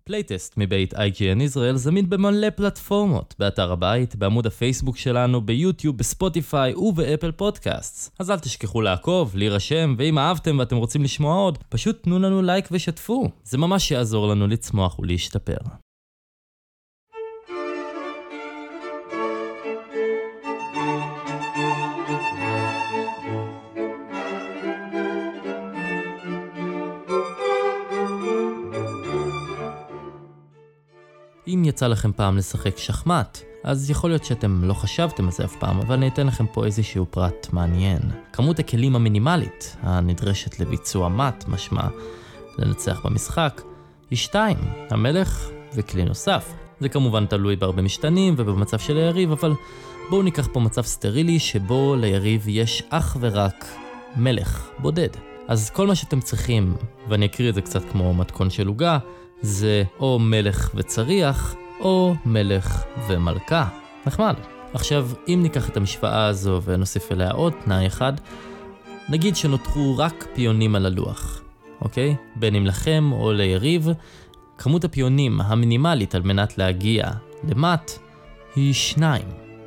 פלייטסט מבית IGN ישראל זמין במלא פלטפורמות, באתר הבית, בעמוד הפייסבוק שלנו, ביוטיוב, בספוטיפיי ובאפל פודקאסטס. אז אל תשכחו לעקוב, להירשם, ואם אהבתם ואתם רוצים לשמוע עוד, פשוט תנו לנו לייק ושתפו. זה ממש יעזור לנו לצמוח ולהשתפר. אם יצא לכם פעם לשחק שחמט, אז יכול להיות שאתם לא חשבתם על זה אף פעם, אבל אני אתן לכם פה איזשהו פרט מעניין. כמות הכלים המינימלית הנדרשת לביצוע מט, משמע לנצח במשחק, היא 2, המלך וכלי נוסף. זה כמובן תלוי בהרבה משתנים ובמצב של היריב, אבל בואו ניקח פה מצב סטרילי שבו ליריב יש אך ורק מלך בודד. אז כל מה שאתם צריכים, ואני אקריא את זה קצת כמו מתכון של עוגה, זה או מלך וצריח, או מלך ומלכה. נחמד. עכשיו, אם ניקח את המשוואה הזו ונוסיף אליה עוד תנאי אחד, נגיד שנותרו רק פיונים על הלוח, אוקיי? בין אם לכם או ליריב, כמות הפיונים המינימלית על מנת להגיע למט היא 2.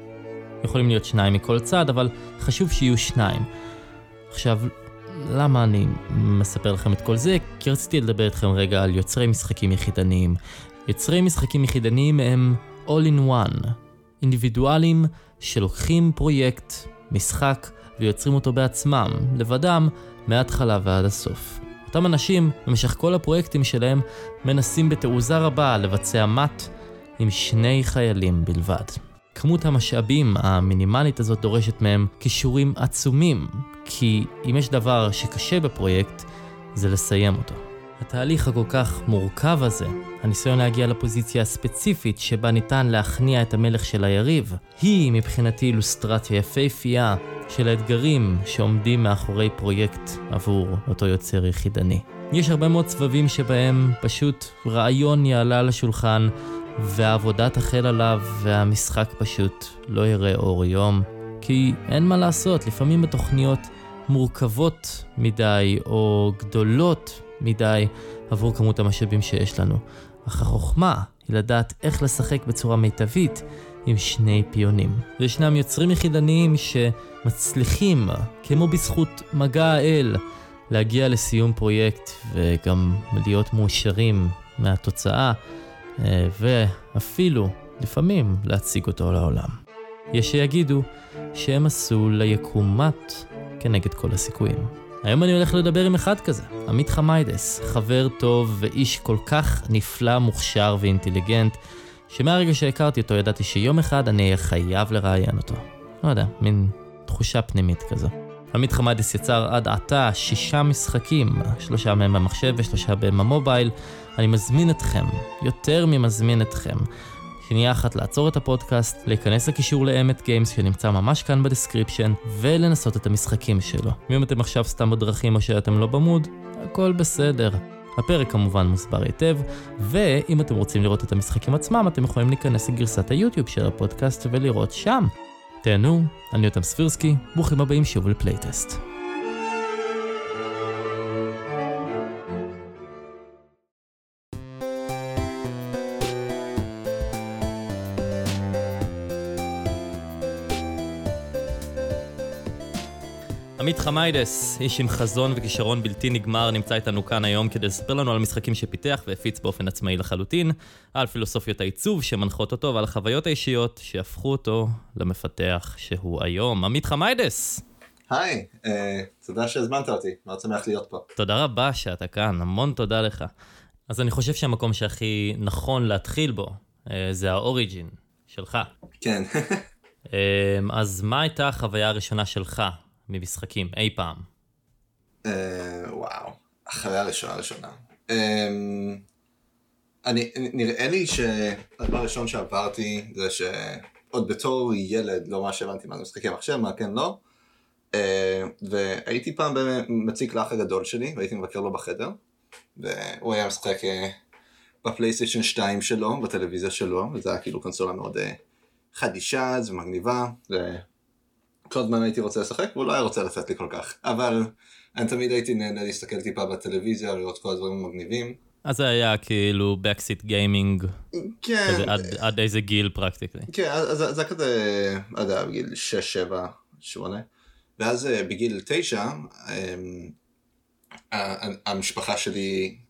יכולים להיות 2 מכל צד, אבל חשוב שיהיו 2. עכשיו, למה אני מספר לכם את כל זה? כי רציתי לדבר איתכם רגע על יוצרי משחקים יחידניים. יוצרי משחקים יחידניים הם all in one. אינדיבידואלים שלוקחים פרויקט, משחק, ויוצרים אותו בעצמם, לבדם, מההתחלה ועד הסוף. אותם אנשים, במשך כל הפרויקטים שלהם, מנסים בתעוזה רבה לבצע מט עם 2 חיילים בלבד. כמות המשאבים המינימלית הזאת דורשת מהם כישורים עצומים, כי אם יש דבר שקשה בפרויקט, זה לסיים אותו. התהליך הכל כך מורכב הזה, הניסיון להגיע לפוזיציה הספציפית שבה ניתן להכניע את המלך של היריב, היא מבחינתי אילוסטרציה יפהפייה של האתגרים שעומדים מאחורי פרויקט עבור אותו יוצר יחידני. יש הרבה מאוד סבבים שבהם פשוט רעיון יעלה על השולחן, והעבודה תחל עליו והמשחק פשוט לא יראה אור יום. כי אין מה לעשות, לפעמים בתוכניות מורכבות מדי או גדולות מדי עבור כמות המשאבים שיש לנו. אך החוכמה היא לדעת איך לשחק בצורה מיטבית עם 2 פיונים. וישנם יוצרים יחידניים שמצליחים, כמו בזכות מגע האל, להגיע לסיום פרויקט וגם להיות מאושרים מהתוצאה, ואפילו לפעמים להציג אותו לעולם. יש שיגידו שהם עשו ליקום מט כנגד כל הסיכויים. היום אני הולך לדבר עם אחד כזה, עמית חמיידס, חבר טוב ואיש כל כך נפלא, מוכשר ואינטליגנט, שמהרגע שהכרתי אותו ידעתי שיום אחד אני אהיה חייב לראיין אותו. לא יודע, מין תחושה פנימית כזו. עמית חמיידס יצר עד עתה 6 משחקים, 3 מהם במחשב ו3 מהם במובייל. אני מזמין אתכם, יותר ממזמין אתכם, שנייה אחת לעצור את הפודקאסט, להיכנס לקישור לאמת גיימס שנמצא ממש כאן בדסקריפשן, ולנסות את המשחקים שלו. אם אתם עכשיו סתם בדרכים או שאתם לא במוד, הכל בסדר. הפרק כמובן מוסבר היטב, ואם אתם רוצים לראות את המשחקים עצמם, אתם יכולים להיכנס לגרסת היוטיוב של הפודקאסט ולראות שם. תהנו, אני יותם ספירסקי, ברוכים הבאים שוב לפלייטסט. עמית חמיידס, איש עם חזון וכישרון בלתי נגמר, נמצא איתנו כאן היום כדי לספר לנו על המשחקים שפיתח והפיץ באופן עצמאי לחלוטין, על פילוסופיות העיצוב שמנחות אותו ועל החוויות האישיות שהפכו אותו למפתח שהוא היום. עמית חמיידס! היי, תודה שהזמנת אותי, מאוד שמח להיות פה. תודה רבה שאתה כאן, המון תודה לך. אז אני חושב שהמקום שהכי נכון להתחיל בו זה האוריג'ין שלך. כן. אז מה הייתה החוויה הראשונה שלך ממשחקים אי פעם? וואו, החוויה ראשונה. נראה לי שהדבר הראשון שעברתי זה שעוד בתור ילד לא ממש הבנתי מה זה משחקי מחשב, מה כן לא. והייתי פעם מציק לאח הגדול שלי, והייתי מבקר לו בחדר, והוא היה משחק בפלייסטיישן 2 שלו, בטלוויזיה שלו, וזה היה כאילו קונסולה מאוד חדישה ומגניבה, כל הזמן הייתי רוצה לשחק, והוא לא היה רוצה לתת לי כל כך, אבל אני תמיד הייתי נהנה להסתכל טיפה בטלוויזיה, לראות כל הדברים מגניבים, אז זה היה כאילו backseat gaming, כן. כזה עד איזה גיל פרקטיקלי. כן, אז זה כזה עד בגיל 6, 7, 8. ואז בגיל 9, המשפחה שלי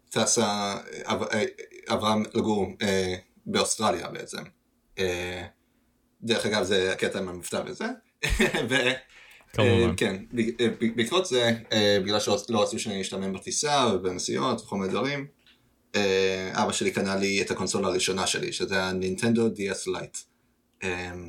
עברה לגור באוסטרליה בעצם. דרך אגב, זה הקטע עם המבטא וזה. כמובן. כן, בעקבות זה, בגלל שלא רצו שאני אשתמם בטיסה ובנסיעות וכל מיני דברים, אבא שלי קנה לי את הקונסולה הראשונה שלי, שזה הנינטנדו DS Lite.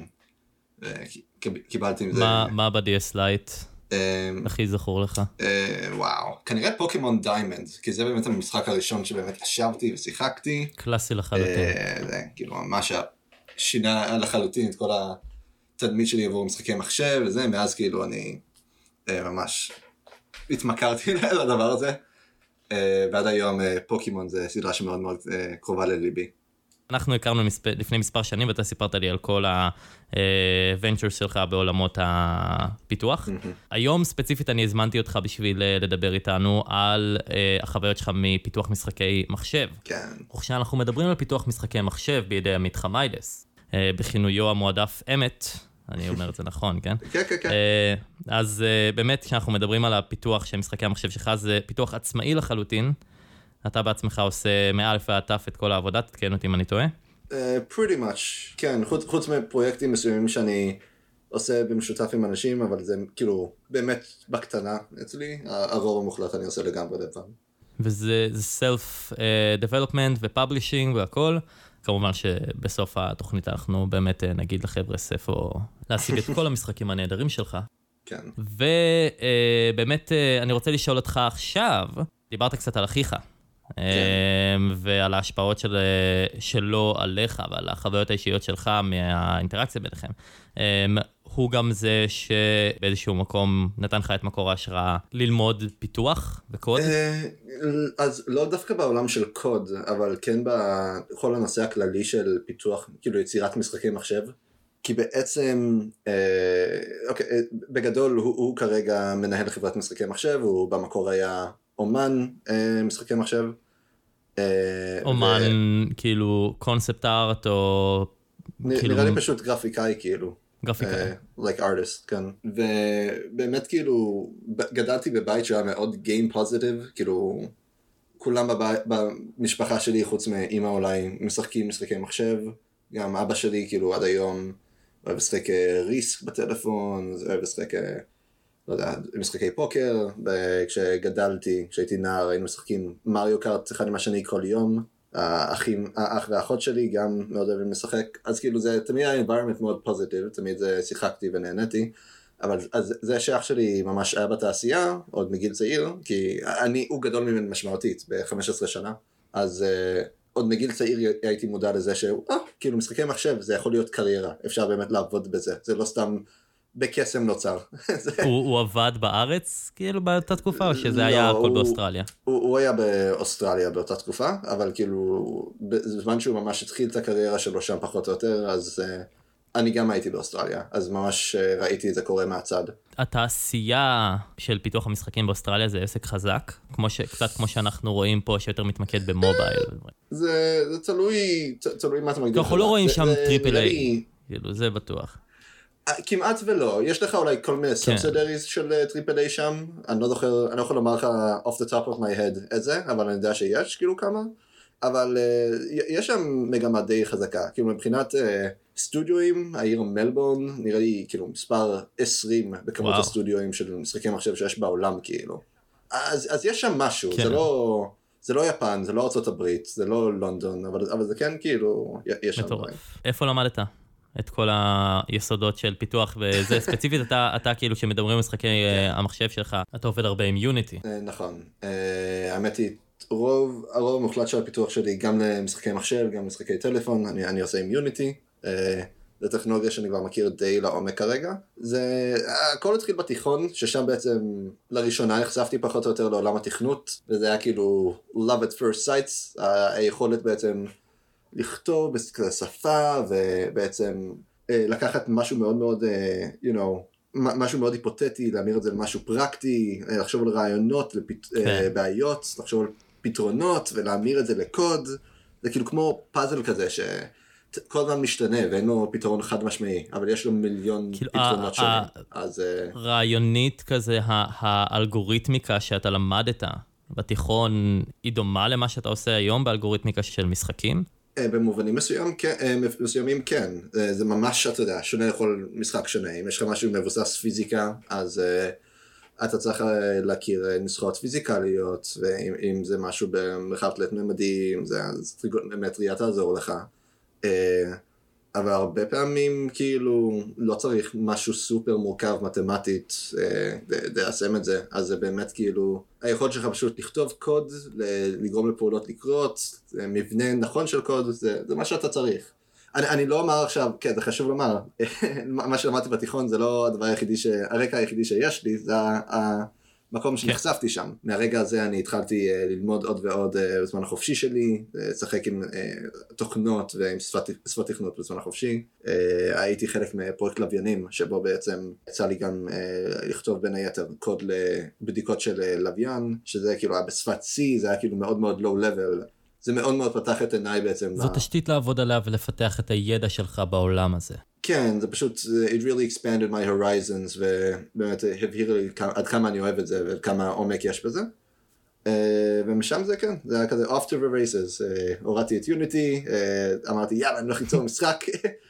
קיבלתי עם זה... מה ב-DS Lite הכי זכור לך? וואו, כנראה פוקימון דיימנד, כי זה באמת המשחק הראשון שבאמת ישבתי ושיחקתי. קלאסי לחלוטין. זה כאילו ממש שינה לחלוטין את כל התדמית שלי עבור משחקי מחשב וזה, מאז כאילו אני ממש התמכרתי לדבר הזה. ועד היום פוקימון זה סדרה שמאוד מאוד קרובה לליבי. אנחנו הכרנו לפני מספר שנים, ואתה סיפרת לי על כל ה-ventures שלך בעולמות הפיתוח. היום ספציפית אני הזמנתי אותך בשביל לדבר איתנו על החוויות שלך מפיתוח משחקי מחשב. כן. וכשאנחנו מדברים על פיתוח משחקי מחשב בידי עמית חמיידס, בכינויו המועדף אמת, אני אומר את זה נכון, כן? כן, כן, כן. אז באמת, כשאנחנו מדברים על הפיתוח של משחקי המחשב שלך, זה פיתוח עצמאי לחלוטין. אתה בעצמך עושה מאלף ועד תף את כל העבודה, תתקן אותי אם אני טועה? Pretty much, כן. חוץ מפרויקטים מסוימים שאני עושה במשותף עם אנשים, אבל זה כאילו באמת בקטנה אצלי. הרוב המוחלט אני עושה לגמרי לבד. וזה self-development ו-publishing והכל. כמובן שבסוף התוכנית אנחנו באמת נגיד לחבר'ה איפה להשיג את כל המשחקים הנהדרים שלך. כן. ובאמת אני רוצה לשאול אותך עכשיו, דיברת קצת על אחיך, ועל ההשפעות שלו עליך ועל החוויות האישיות שלך מהאינטראקציה ביניכם. הוא גם זה שבאיזשהו מקום נתן לך את מקור ההשראה ללמוד פיתוח וקוד? אז לא דווקא בעולם של קוד, אבל כן בכל הנושא הכללי של פיתוח, כאילו יצירת משחקי מחשב. כי בעצם, אוקיי, בגדול הוא כרגע מנהל חברת משחקי מחשב, הוא במקור היה אומן משחקי מחשב. אומן, כאילו קונספט ארט או... נראה לי פשוט גרפיקאי כאילו. גרפיקאי. Like artist, כן. ובאמת כאילו, גדלתי בבית שהיה מאוד game positive, כאילו, כולם במשפחה שלי, חוץ מאמא אולי, משחקים משחקי מחשב. גם אבא שלי, כאילו, עד היום, אוהב לשחק ריסק בטלפון, אוהב לשחק, לא יודע, משחקי פוקר. כשגדלתי, כשהייתי נער, היינו משחקים מריו קארט אחד עם השני כל יום. האח והאחות שלי גם מאוד אוהבים לשחק, אז כאילו זה תמיד היה environment מאוד פוזיטיב, תמיד שיחקתי ונהניתי, אבל אז זה שאח שלי ממש היה בתעשייה, עוד מגיל צעיר, כי הוא גדול ממני משמעותית, ב-15 שנה, אז עוד מגיל צעיר הייתי מודע לזה כאילו משחקי מחשב זה יכול להיות קריירה, אפשר באמת לעבוד בזה, זה לא סתם בקסם נוצר. הוא עבד בארץ כאילו באותה תקופה או שזה היה הכל באוסטרליה? הוא היה באוסטרליה באותה תקופה, אבל כאילו בזמן שהוא ממש התחיל את הקריירה שלו שם פחות או יותר, אז אני גם הייתי באוסטרליה, אז ממש ראיתי את זה קורה מהצד. התעשייה של פיתוח המשחקים באוסטרליה זה עסק חזק, קצת כמו שאנחנו רואים פה שיותר מתמקד במובייל. זה תלוי מה אתה מגדיר. אנחנו לא רואים שם טריפל איי, כאילו זה בטוח. כמעט ולא, יש לך אולי כל מיני סאבסידריז של טריפל איי שם, אני לא זוכר, אני לא יכול לומר לך off the top of my head את זה, אבל אני יודע שיש כאילו כמה, אבל יש שם מגמה די חזקה, כאילו מבחינת סטודיואים, העיר מלבורן נראה לי כאילו מספר 20 בכמות הסטודיואים של משחקי מחשב שיש בעולם כאילו, אז יש שם משהו, זה לא יפן, זה לא ארצות הברית, זה לא לונדון, אבל זה כן כאילו, יש שם דברים. איפה למדת? את כל היסודות של פיתוח, וזה ספציפית אתה כאילו שמדברים על משחקי המחשב שלך, אתה עובד הרבה עם יוניטי. נכון, האמת היא, הרוב המוחלט של הפיתוח שלי, גם למשחקי מחשב, גם למשחקי טלפון, אני עושה עם יוניטי, זו טכנולוגיה שאני כבר מכיר די לעומק כרגע. הכל התחיל בתיכון, ששם בעצם לראשונה נחשפתי פחות או יותר לעולם התכנות, וזה היה כאילו love at first sight, היכולת בעצם לכתוב בשפה, ובעצם לקחת משהו מאוד מאוד, משהו מאוד היפותטי, להמיר את זה למשהו פרקטי, לחשוב על רעיונות, בעיות, לחשוב על פתרונות ולהמיר את זה לקוד, זה כאילו כמו פאזל כזה שכל הזמן משתנה ואין לו פתרון חד משמעי, אבל יש לו מיליון פתרונות שונים. אז רעיונית כזה, האלגוריתמיקה שאתה למדת בתיכון היא דומה למה שאתה עושה היום באלגוריתמיקה של משחקים? במובנים מסוימים כן, זה ממש, אתה יודע, שונה לכל משחק שונה, אם יש לך משהו מבוסס פיזיקה, אז אתה צריך להכיר נוסחאות פיזיקליות, ואם זה משהו במרחב תלת-ממדי, אז מטריה תעזור לך. אבל הרבה פעמים כאילו לא צריך משהו סופר מורכב מתמטית ליישם את זה, אז זה באמת כאילו היכולת שלך פשוט לכתוב קוד, לגרום לפעולות לקרות, מבנה נכון של קוד, זה מה שאתה צריך. אני לא אומר עכשיו, כן, זה חשוב לומר, מה שלמדתי בתיכון זה לא הדבר היחידי, הרקע היחידי שיש לי, זה המקום שנחשפתי שם. מהרגע הזה אני התחלתי ללמוד עוד ועוד בזמן החופשי שלי, לשחק עם תוכנות ועם שפת תכנות בזמן החופשי. הייתי חלק מפרויקט לוויינים, שבו בעצם יצא לי גם לכתוב בין היתר קוד לבדיקות של לוויין, שזה כאילו היה בשפת C, זה היה כאילו מאוד מאוד low level. זה מאוד מאוד פתח את עיניי בעצם. זו תשתית לעבוד עליה ולפתח את הידע שלך בעולם הזה. כן, זה פשוט, it really expanded my horizons, ובאמת הבהיר לי עד כמה אני אוהב את זה, ועד כמה עומק יש בזה. ומשם זה כן, זה היה כזה off to the races, הורדתי את יוניטי, אמרתי יאללה, אני הולך ליצור משחק.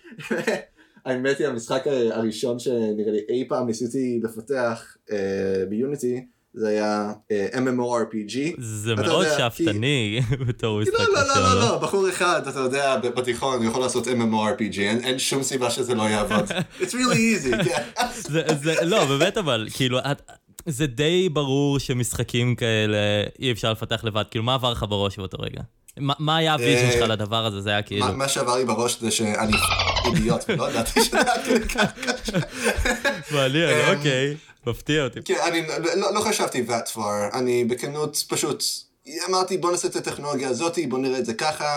האמת היא, המשחק הראשון שנראה לי אי פעם ניסיתי לפתח ביוניטי, זה היה MMORPG. זה מאוד שאפתני בתור משחק ראשון. לא, בחור אחד, אתה יודע, בתיכון, יכול לעשות MMORPG, אין שום סיבה שזה לא יעבוד. It's really easy, כן. לא, באמת אבל, כאילו, זה די ברור שמשחקים כאלה אי אפשר לפתח לבד, כאילו, מה עבר לך בראש באותו רגע? מה היה הוויז'ן שלך לדבר הזה? זה היה כאילו... מה שעבר לי בראש זה שאני אידיוט, ולא ידעתי שזה היה כאילו ככה. מעניין, אוקיי. מפתיע אותי. כן, אני לא חשבתי that far, אני בכנות פשוט אמרתי בוא נעשה את הטכנולוגיה הזאת, בוא נראה את זה ככה,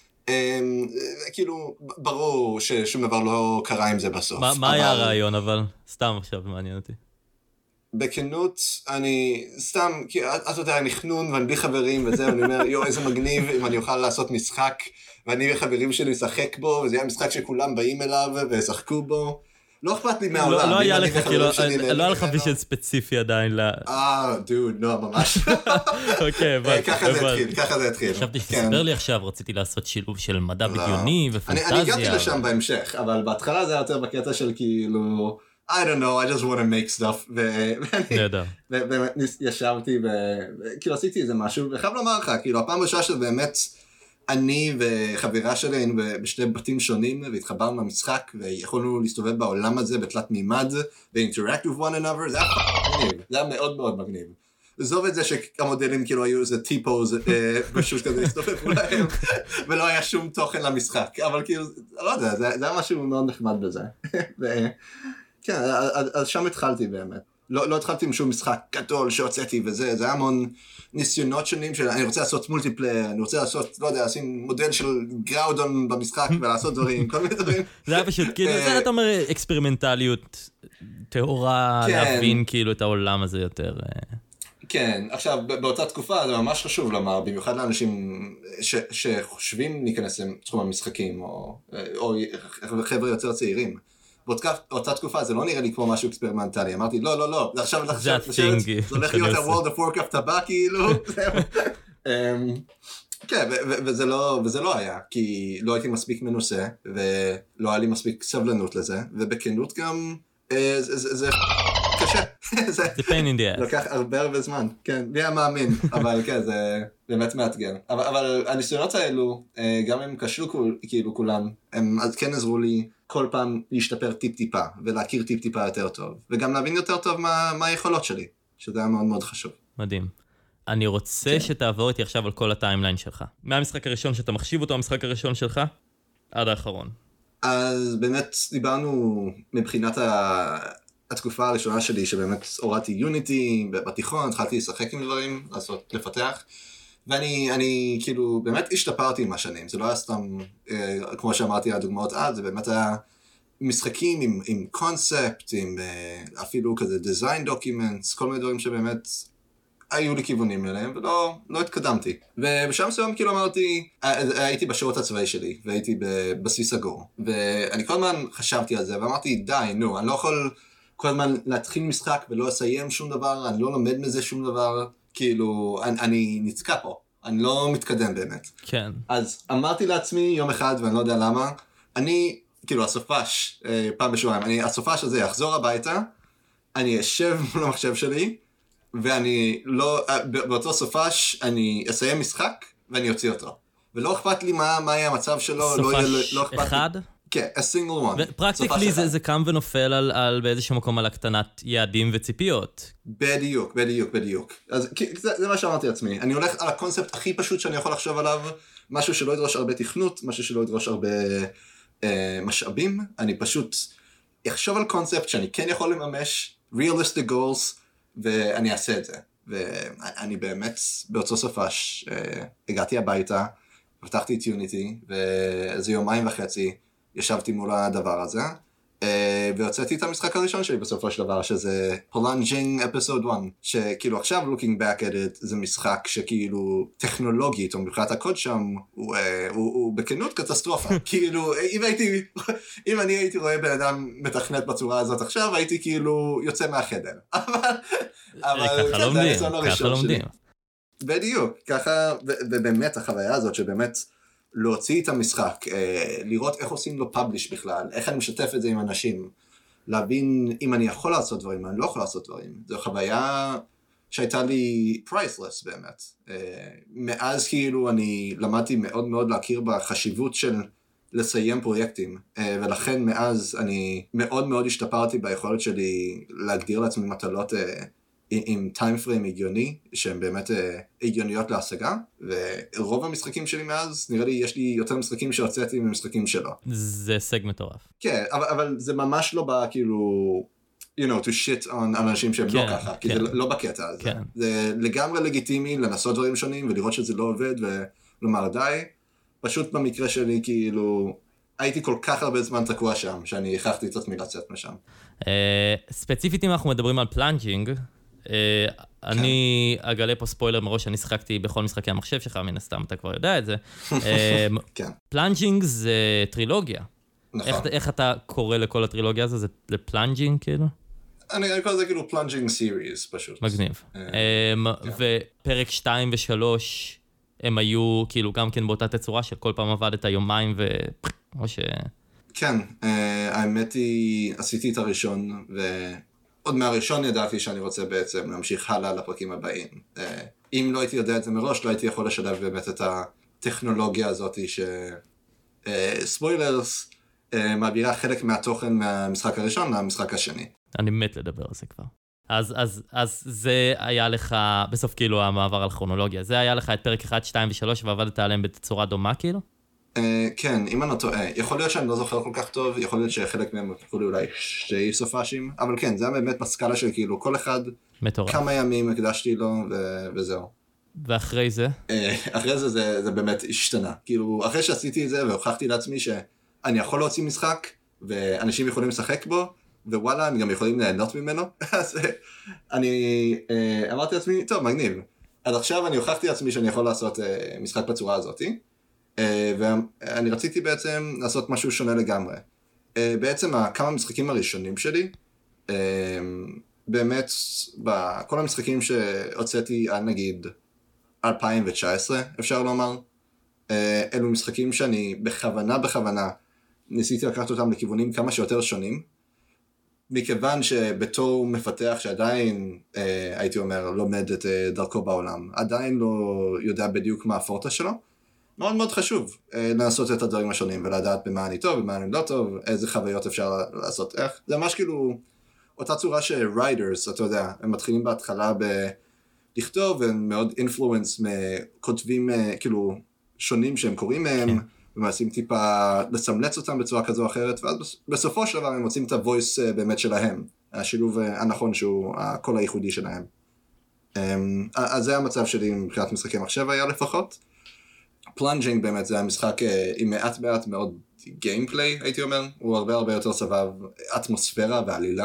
כאילו ברור ששום דבר לא קרה עם זה בסוף. מה היה הרעיון אבל? סתם עכשיו מעניין אותי. בכנות, אני סתם, כי אתה יודע, אני חנון ואני בלי חברים וזה, ואני אומר, יו, איזה מגניב אם אני אוכל לעשות משחק, ואני וחברים שלי נשחק בו, וזה היה משחק שכולם באים אליו וישחקו בו. לא אכפת לי מהעולם. לא היה לך, כאילו, לא היה לך וישן ספציפי עדיין ל... דוד, לא, ממש. אוקיי, ככה זה התחיל. חשבתי שתספר לי עכשיו, רציתי לעשות שילוב של מדע בדיוני ופנטזיה. אני הגעתי לשם בהמשך, אבל בהתחלה זה היה יותר בקטע של כאילו... I don't know, I just want to make stuff, ובאמת ישבתי וכאילו עשיתי איזה משהו, וחייב לומר לך, כאילו הפעם ראשונה שבאמת אני וחברה שלי היינו בשני בתים שונים, והתחברנו למשחק, ויכולנו להסתובב בעולם הזה בתלת מימד, ו-interact with one another, זה היה מגניב, זה היה מאוד מאוד מגניב. עזוב את זה שהמודלים כאילו היו איזה טיפוז, פשוט כזה להסתובב להם, ולא היה שום תוכן למשחק, אבל כאילו, לא יודע, זה היה משהו מאוד נחמד בזה. כן, אז שם התחלתי באמת. לא התחלתי עם שום משחק גדול שהוצאתי וזה, זה היה המון ניסיונות שונים של אני רוצה לעשות מולטיפלייר, אני רוצה לעשות, לא יודע, לשים מודל של גראודון במשחק ולעשות דברים, כל מיני דברים. זה היה פשוט, כאילו, זה אתה אומר אקספרימנטליות טהורה, להבין כאילו את העולם הזה יותר. כן, עכשיו, באותה תקופה זה ממש חשוב לומר, במיוחד לאנשים שחושבים להיכנס לתחום המשחקים, או חבר'ה יותר צעירים. באותה תקופה זה לא נראה לי כמו משהו אקספרימנטלי, אמרתי לא, זה עכשיו זה הולך להיות ה-World of Warcraft הבא כאילו, כן, וזה לא היה, כי לא הייתי מספיק מנוסה, ולא היה לי מספיק סבלנות לזה, ובכנות גם, זה קשה, זה pain in the ass. לוקח הרבה זמן, כן, מי המאמין, אבל כן, זה באמת מאתגר, אבל הניסיונות האלו, גם הם קשו כאילו כולם, הם כן עזרו לי, כל פעם להשתפר טיפ-טיפה, ולהכיר טיפ-טיפה יותר טוב, וגם להבין יותר טוב מה היכולות שלי, שזה היה מאוד מאוד חשוב. מדהים. אני רוצה שתעבור איתי עכשיו על כל הטיימליין שלך. מהמשחק הראשון שאתה מחשיב אותו, המשחק הראשון שלך, עד האחרון. אז באמת דיברנו מבחינת התקופה הראשונה שלי, שבאמת הורדתי יוניטי בתיכון, התחלתי לשחק עם דברים, לפתח, ואני כאילו באמת השתפרתי עם השנים, זה לא היה סתם, כמו שאמרתי הדוגמאות זה באמת היה משחקים עם קונספט, עם אפילו כזה design documents, כל מיני דברים שבאמת היו לי כיוונים אליהם, ולא התקדמתי. ובשם מסוים כאילו אמרתי, הייתי בשירות הצבאי שלי, והייתי בבסיס סגור. ואני כל הזמן חשבתי על זה, ואמרתי, די, נו, אני לא יכול כל הזמן להתחיל משחק ולא לסיים שום דבר, אני לא לומד מזה שום דבר, כאילו, אני נצקע פה, אני לא מתקדם באמת. כן. אז אמרתי לעצמי יום אחד, ואני לא יודע למה, אני, כאילו, הסופש, פעם בשבועיים, הסופש הזה יחזור הביתה, אני אשב מול המחשב שלי, ואני לא, באותו סופש, אני אסיים משחק, ואני אוציא אותו. ולא אכפת לי מה יהיה המצב שלו, סופש אחד? כן, a single one. פרקטיקלי זה קם ונופל על באיזשהו מקום על הקטנת יעדים וציפיות. בדיוק. אז זה מה שאמרתי לעצמי. אני הולך על הקונספט הכי פשוט שאני יכול לחשוב עליו, משהו שלא ידרוש הרבה תכנות, משהו שלא ידרוש הרבה משאבים. אני פשוט אחשוב על קונספט שאני כן יכול לממש, realistic goals, ואני אעשה את זה. ואני באמת באותו סופש הגעתי הביתה, פתחתי את יוניטי, ואיזה 2.5 ימים ישבתי מול הדבר הזה, והוצאתי את המשחק הראשון שלי בסופו של דבר, שזה פולנג'ינג אפיסוד 1, שכאילו עכשיו looking back at it, זה משחק שכאילו טכנולוגית, או מבחינת הקוד שם, הוא בכנות קטסטרופה. כאילו, אם אני הייתי רואה בן אדם מתכנת בצורה הזאת עכשיו, הייתי כאילו יוצא מהחדר. אבל ככה לומדים, ככה לומדים. בדיוק, ככה, ובאמת החוויה הזאת שבאמת להוציא את המשחק, לראות איך עושים לו פאבליש בכלל, איך אני משתף את זה עם אנשים, להבין אם אני יכול לעשות דברים, אני לא יכול לעשות דברים. זו חוויה שהייתה לי priceless באמת. מאז כאילו אני למדתי מאוד מאוד להכיר בחשיבות של לסיים פרויקטים, ולכן מאז אני מאוד מאוד השתפרתי ביכולת שלי להגדיר לעצמי מטלות עם טיים פריים הגיוני, שהן באמת הגיוניות להשגה, ורוב המשחקים שלי מאז, נראה לי יש לי יותר משחקים שהוצאתי ממשחקים שלו. זה הישג מטורף. כן, אבל זה ממש לא בא כאילו, you know, to shit on אנשים שהם לא ככה, כי זה לא בקטע הזה. זה לגמרי לגיטימי לנסות דברים שונים, ולראות שזה לא עובד, ולומר די. פשוט במקרה שלי כאילו, הייתי כל כך הרבה זמן תקוע שם, שאני הכרחתי את עצמי לצאת משם. ספציפית אם אנחנו מדברים על פלנג'ינג, אני אגלה פה ספוילר מראש, אני שיחקתי בכל משחקי המחשב שלך, מן הסתם אתה כבר יודע את זה. פלנג'ינג זה טרילוגיה. איך אתה קורא לכל הטרילוגיה הזו? זה פלנג'ינג כאילו? אני קורא לזה כאילו פלנג'ינג סיריז פשוט. מגניב. ופרק 2 ו3 הם היו כאילו גם כן באותה תצורה של כל פעם עבדת יומיים או ש... כן, האמת היא, עשיתי את הראשון, ועוד מהראשון ידעתי שאני רוצה בעצם להמשיך הלאה לפרקים הבאים. אם לא הייתי יודע את זה מראש, לא הייתי יכול לשלב באמת את הטכנולוגיה הזאת ספוילרס, מעבירה חלק מהתוכן מהמשחק הראשון למשחק השני. אני מת לדבר על זה כבר. אז זה היה לך, בסוף כאילו המעבר על כרונולוגיה, זה היה לך את פרק 1, 2 ו3 ועבדת עליהם בצורה דומה כאילו? כן, אם אני לא טועה, יכול להיות שאני לא זוכר כל כך טוב, יכול להיות שחלק מהם הפכו לי אולי 2 סופשים, אבל כן, זה היה באמת בסקאלה של כאילו כל אחד, מטורף. כמה ימים הקדשתי לו וזהו. ואחרי זה? אחרי זה באמת השתנה, כאילו אחרי שעשיתי את זה והוכחתי לעצמי שאני יכול להוציא משחק, ואנשים יכולים לשחק בו, ווואלה, הם גם יכולים ליהנות ממנו, אז אני אמרתי לעצמי, טוב, מגניב. עד עכשיו אני הוכחתי לעצמי שאני יכול לעשות משחק בצורה הזאת, ואני רציתי בעצם לעשות משהו שונה לגמרי. בעצם כמה משחקים הראשונים שלי, באמת, בכל המשחקים שהוצאתי עד נגיד 2019, אפשר לומר, אלו משחקים שאני בכוונה ניסיתי לקחת אותם לכיוונים כמה שיותר שונים, מכיוון שבתור מפתח שעדיין, הייתי אומר, לומד את דרכו בעולם, עדיין לא יודע בדיוק מה הפורטה שלו, מאוד מאוד חשוב לנסות את הדברים השונים, ולדעת במה אני טוב, במה אני לא טוב, איזה חוויות אפשר לעשות איך. זה ממש כאילו אותה צורה ש-writers, אתה יודע, הם מתחילים בהתחלה לכתוב, והם מאוד influence מכותבים כאילו שונים שהם קוראים מהם, ומנסים טיפה לסמלץ אותם בצורה כזו או אחרת, ואז בסופו של דבר הם מוצאים את הוויס באמת שלהם, השילוב הנכון שהוא הקול הייחודי שלהם. אז זה המצב שלי מבחינת משחקי מחשב היה לפחות. פלנג'ינג באמת זה המשחק עם מעט מאוד גיימפליי, הייתי אומר, הוא הרבה יותר סבב אטמוספירה ועלילה.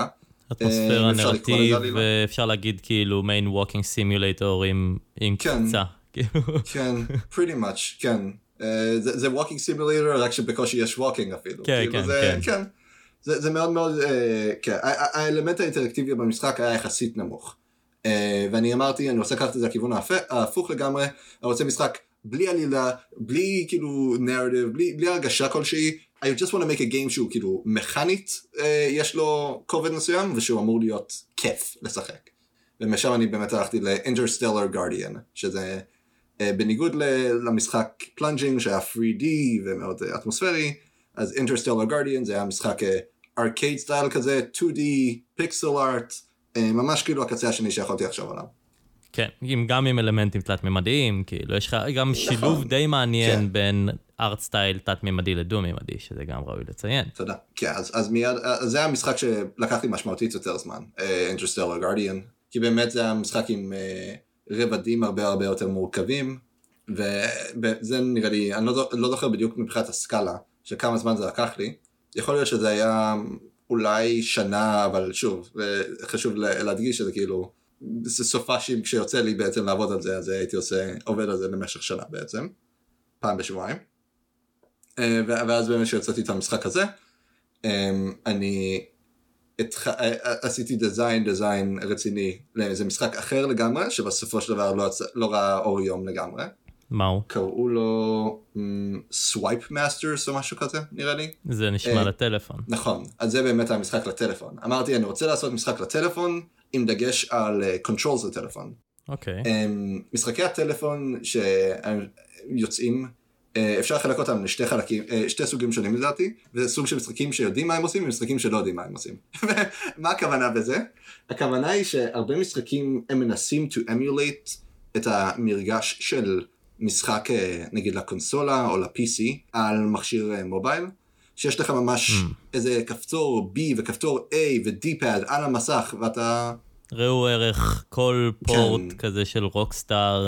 אטמוספירה, נרטיב, ואפשר להגיד כאילו מיין ווקינג סימולטור עם קפיצה. כן, pretty much, כן. זה ווקינג סימולטור, רק שבקושי יש ווקינג אפילו. כן. זה מאוד מאוד, כן. האלמנט האינטראקטיבי במשחק היה יחסית נמוך. ואני אמרתי, אני רוצה לקחת את זה לכיוון ההפוך לגמרי, אני רוצה משחק בלי עלילה, בלי כאילו נרטיב, בלי הרגשה כלשהי, I just want to make a game שהוא כאילו מכנית, יש לו כובד מסוים, ושהוא אמור להיות כיף לשחק. ומשם אני באמת הלכתי ל-Interstellar Guardian, שזה בניגוד למשחק פלנג'ינג, שהיה 3D ומאוד אטמוספרי, אז Interstellar Guardian זה היה משחק ארקייד סטייל כזה, 2D, פיקסל ארט, ממש כאילו הקצה השני שיכולתי לחשוב עליו. כן, גם עם אלמנטים תלת-ממדיים, כאילו, יש לך גם שילוב די מעניין בין ארט סטייל תת-ממדי לדו-ממדי, שזה גם ראוי לציין. תודה. כן, אז מיד, זה המשחק שלקחתי משמעותית יותר זמן, Interstellar Guardian, כי באמת זה המשחק עם רבדים הרבה יותר מורכבים, וזה נראה לי, אני לא זוכר בדיוק מבחינת הסקאלה, שכמה זמן זה לקח לי, יכול להיות שזה היה אולי שנה, אבל שוב, חשוב להדגיש שזה כאילו, זה סופשים כשיוצא לי בעצם לעבוד על זה, אז הייתי עובד על זה למשך שנה בעצם, פעם בשבועיים, ואז באמת שיוצאתי את המשחק הזה, אני עשיתי דיזיין רציני לאיזה משחק אחר לגמרי, שבסופו של דבר לא ראה אור יום לגמרי. מהו? קראו לו Swipe Masters או משהו כזה, נראה לי. זה נשמע לטלפון. נכון, אז זה באמת המשחק לטלפון. אמרתי, אני רוצה לעשות משחק לטלפון, עם דגש על controls לטלפון. אוקיי. משחקי הטלפון שיוצאים, אפשר לחלק אותם לשתי חלקים, שתי סוגים שונים לדעתי, וזה סוג של משחקים שיודעים מה הם עושים, ומשחקים שלא יודעים מה הם עושים. מה הכוונה בזה? הכוונה היא שהרבה משחקים הם מנסים to emulate את המרגש של משחק, נגיד לקונסולה או ל-PC, על מכשיר מובייל, שיש לך ממש איזה כפתור B וכפתור A ו-D-pad על המסך, ואתה... ראו ערך כל פורט כזה של רוקסטאר,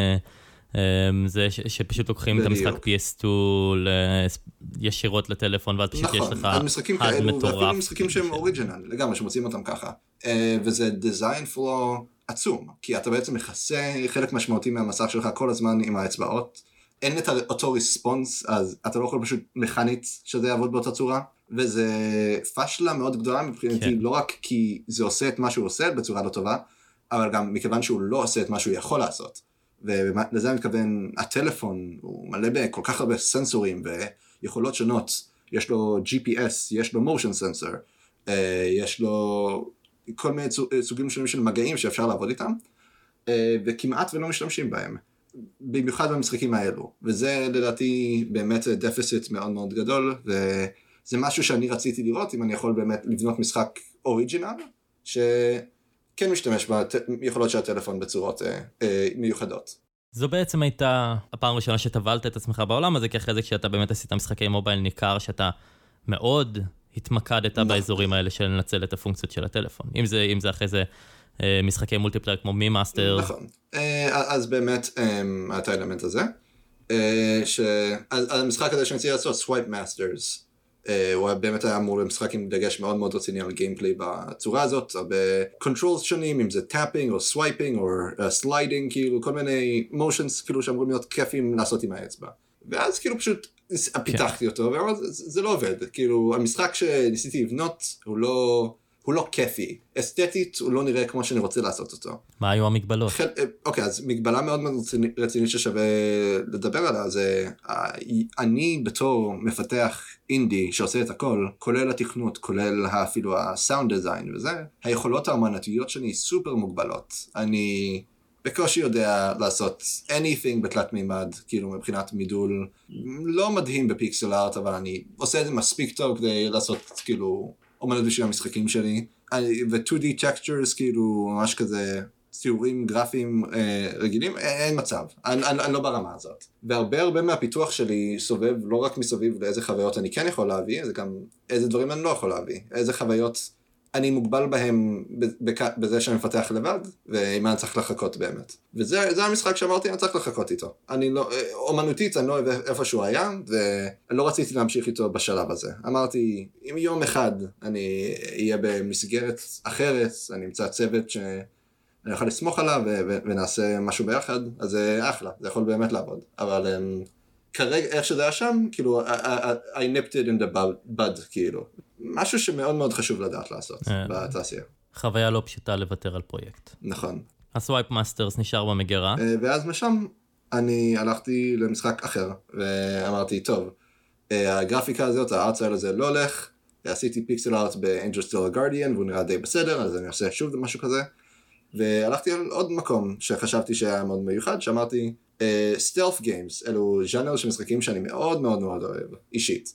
זה שפשוט לוקחים את המשחק PS2 ישירות לטלפון, ואז פשוט יש לך נכון, משחקים כאלו, ואפילו משחקים שהם אוריג'ינל, לגמרי, שמוצאים אותם ככה. וזה design flow עצום, כי אתה בעצם מכסה חלק משמעותי מהמסך שלך כל הזמן עם האצבעות, אין את אותו ריספונס, אז אתה לא יכול פשוט מכנית שזה יעבוד באותה צורה, וזה פשלה מאוד גדולה מבחינתי, לא רק כי זה עושה את מה שהוא עושה בצורה לא טובה, אבל גם מכיוון שהוא לא עושה את מה שהוא יכול לעשות. ולזה אני מתכוון, הטלפון הוא מלא בכל כך הרבה סנסורים ויכולות שונות, יש לו GPS, יש לו motion sensor, יש לו כל מיני סוגים שונים של מגעים שאפשר לעבוד איתם, וכמעט ולא משתמשים בהם. במיוחד במשחקים האלו, וזה לדעתי באמת דפיסיט מאוד מאוד גדול, וזה משהו שאני רציתי לראות, אם אני יכול באמת לבנות משחק אוריג'ינל, שכן משתמש ביכולות של הטלפון בצורות מיוחדות. זו בעצם הייתה הפעם הראשונה שטבלת את עצמך בעולם הזה, כי אחרי זה כשאתה באמת עשית משחקי מובייל ניכר, שאתה מאוד התמקדת באזורים האלה של לנצל את הפונקציות של הטלפון. אם זה אחרי זה משחקי מולטיפלייר כמו מי מאסטר. נכון. אז באמת, את האלמנט הזה, המשחק הזה שאני צריך לעשות, Swipe Masters, הוא באמת היה אמור למשחק עם דגש מאוד מאוד רציני על גיימפליי בצורה הזאת, ב-controls שונים, אם זה tapping או swiping או sliding, כאילו כל מיני motions כאילו שאמורים להיות כיפים לעשות עם האצבע. ואז כאילו פשוט פיתחתי אותו, וזה לא עובד, כאילו המשחק שניסיתי לבנות הוא לא כיפי, אסתטית הוא לא נראה כמו שאני רוצה לעשות אותו. מה היו המגבלות? אוקיי, אז מגבלה מאוד מאוד רצינית ששווה לדבר עליה, זה אני בתור מפתח אינדי שעושה את הכל, כולל התכנות, כולל אפילו הסאונד דיזיין וזה, היכולות האמנותיות שלי סופר מוגבלות. אני בקושי יודע לעשות anything בתלת מימד, כאילו מבחינת מידול, לא מדהים בפיקסל ארט, אבל אני עושה את זה מספיק טוב כדי לעשות כאילו אומנות בשביל המשחקים שלי, ו-2D textures כאילו ממש כזה ציורים גרפיים רגילים, אין מצב, אני לא ברמה הזאת. והרבה מהפיתוח שלי סובב לא רק מסביב לאיזה חוויות אני כן יכול להביא, זה גם איזה דברים אני לא יכול להביא, איזה חוויות אני מוגבל בהם בזה שאני מפתח לבד, ואם אני צריך לחכות באמת. וזה המשחק שאמרתי, אני צריך לחכות איתו. אני לא, אומנותית, אני לא אוהב איפה שהוא היה, ולא רציתי להמשיך איתו בשלב הזה. אמרתי, אם יום אחד אני אהיה במסגרת אחרת, אני אמצא צוות שאני יכול לסמוך עליו, ונעשה משהו ביחד, אז זה אחלה, זה יכול באמת לעבוד. אבל כרגע, איך שזה היה שם, כאילו, I nipped it in the bud, כאילו. משהו שמאוד מאוד חשוב לדעת לעשות בתעשייה. חוויה לא פשוטה לוותר על פרויקט. נכון. הסווייפ מאסטרס נשאר במגירה. ואז משם אני הלכתי למשחק אחר, ואמרתי, טוב, הגרפיקה הזאת, הארצייל הזה לא הולך, עשיתי פיקסל ארט ב-Angel Stella Guardian, והוא נראה די בסדר, אז אני עושה שוב משהו כזה, והלכתי על עוד מקום שחשבתי שהיה מאוד מיוחד, שאמרתי, סטלף גיימס, אלו ז'אנר של משחקים שאני מאוד מאוד מאוד אוהב, אישית.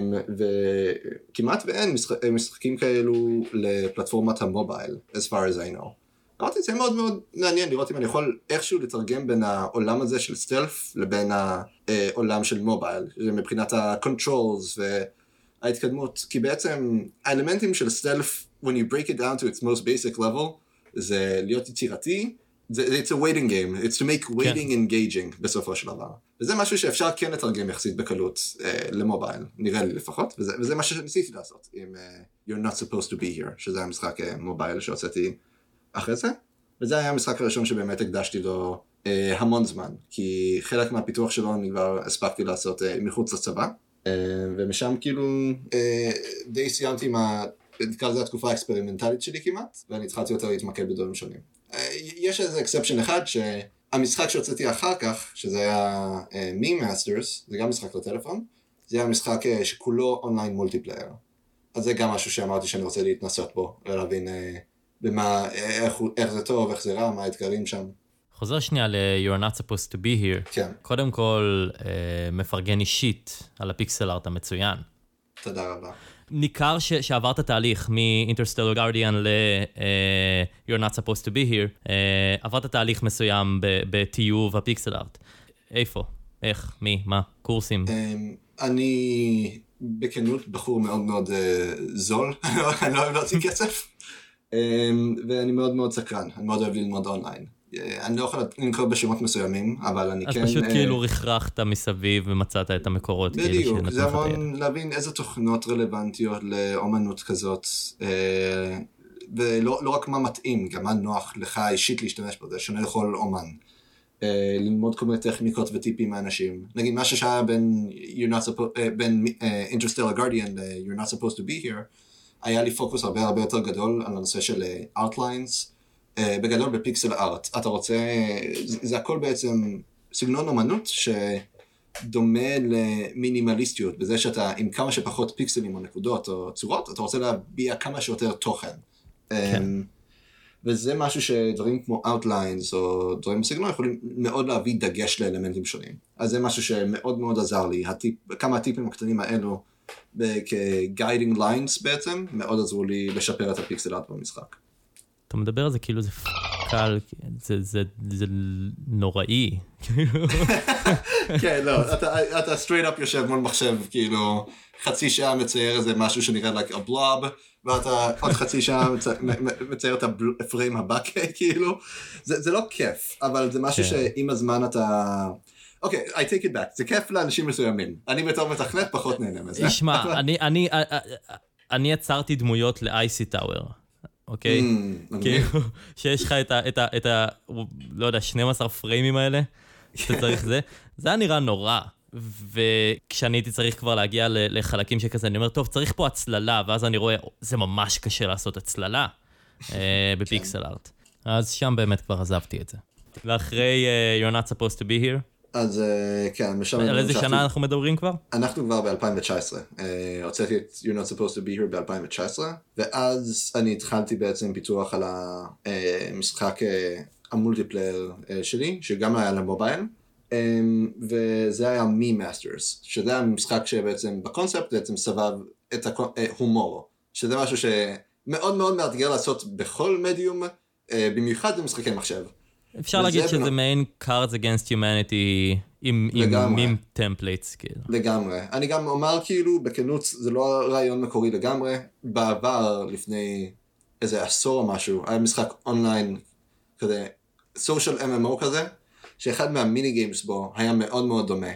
וכמעט ואין משחקים כאלו לפלטפורמת המובייל, as far as I know. אמרתי, זה מאוד מאוד מעניין לראות אם אני יכול איכשהו לתרגם בין העולם הזה של סטלף לבין העולם של מובייל, מבחינת ה-controls וההתקדמות, כי בעצם האלמנטים של סטלף, when you break it down to its most basic level, זה להיות יצירתי, it's a waiting game, it's to make waiting engaging בסופו של דבר. וזה משהו שאפשר כן לתרגם יחסית בקלות למובייל, נראה לי לפחות, וזה משהו שניסיתי לעשות עם You're Not Supposed to Be Here, שזה המשחק מובייל שהוצאתי אחרי זה, וזה היה המשחק הראשון שבאמת הקדשתי לו המון זמן, כי חלק מהפיתוח שלו אני כבר הספקתי לעשות מחוץ לצבא, ומשם כאילו די סיימתי עם נקרא לזה התקופה האקספרימנטלית שלי כמעט, ואני התחלתי יותר להתמקד בדברים שונים. יש איזה אקספשן אחד שהמשחק שהוצאתי אחר כך, שזה היה Meme Masters, זה גם משחק לטלפון, זה היה משחק שכולו אונליין מולטיפלייר. אז זה גם משהו שאמרתי שאני רוצה להתנסות בו, ולהבין איך זה טוב, איך זה רע, מה האתגרים שם. חוזר שנייה ל-You're Not Supposed to be here. כן. קודם כל, מפרגן אישית על הפיקסל ארט המצוין. תודה רבה. ניכר שעברת תהליך מ-Interstellar Guardian ל-You're Not Supposed to be here, עברת תהליך מסוים בטיוב הפיקסל ארט. איפה? איך? מי? מה? קורסים? אני בכנות בחור מאוד מאוד זול, אני לא אוהב להוציא כסף, ואני מאוד מאוד סקרן, אני מאוד אוהב ללמוד אונליין. אני לא יכול לנקור בשמות מסוימים, אבל אני כן... אז פשוט כאילו רכרחת מסביב ומצאת את המקורות. בדיוק, זה המון להבין איזה תוכנות רלוונטיות לאומנות כזאת, ולא רק מה מתאים, גם מה נוח לך אישית להשתמש בזה, שונה לכל אומן. ללמוד כל מיני טכניקות וטיפים מאנשים. נגיד, מה ששעה בין Interstellar Guardian ל-You're Not Supposed to be here, היה לי פוקוס הרבה יותר גדול על הנושא של Outlines, בגדול בפיקסל ארט. אתה רוצה, זה הכל בעצם סגנון אומנות שדומה למינימליסטיות, בזה שאתה עם כמה שפחות פיקסלים או נקודות או צורות, אתה רוצה להביע כמה שיותר תוכן. כן. וזה משהו שדברים כמו Outlines או דברים בסגנון יכולים מאוד להביא דגש לאלמנטים שונים. אז זה משהו שמאוד מאוד עזר לי. כמה הטיפים הקטנים האלו כ-guiding lines בעצם, מאוד עזרו לי לשפר את הפיקסל ארט במשחק. אתה מדבר על זה כאילו זה קל, זה נוראי. כן, לא, אתה straight up יושב מול מחשב, כאילו, חצי שעה מצייר איזה משהו שנראה like a blob, ואתה עוד חצי שעה מצייר את הפריים הבא, כאילו, זה לא כיף, אבל זה משהו שעם הזמן אתה... אוקיי, I take it back, זה כיף לאנשים מסוימים, אני בתור מתכנת פחות נהנה מזה. תשמע, אני יצרתי דמויות ל-Icy Tower. אוקיי? כאילו, שיש לך את ה, לא יודע, 12 פריימים האלה, שאתה צריך זה, זה היה נראה נורא, וכשאני הייתי צריך כבר להגיע לחלקים שכזה, אני אומר, טוב, צריך פה הצללה, ואז אני רואה, זה ממש קשה לעשות הצללה בפיקסל ארט. אז שם באמת כבר עזבתי את זה. ואחרי You're Not Supposed to be here? אז כן, משם... על איזה שנה אנחנו מדברים כבר? אנחנו כבר ב-2019. הוצאתי את You're Not Supposed to be here ב-2019, ואז אני התחלתי בעצם פיתוח על המשחק המולטיפלייר שלי, שגם היה למובייל, וזה היה Meme Masters, שזה היה משחק שבעצם בקונספט בעצם סבב את ההומור, שזה משהו שמאוד מאוד מאתגר לעשות בכל מדיום, במיוחד במשחקי מחשב. אפשר להגיד שזה מעין Cards Against Humanity עם מים טמפלייטס, כאילו. לגמרי. אני גם אומר, כאילו, בכנות, זה לא רעיון מקורי לגמרי. בעבר, לפני איזה עשור או משהו, היה משחק אונליין, כזה, סושיאל MMO כזה, שאחד מהמיני גיימס בו היה מאוד מאוד דומה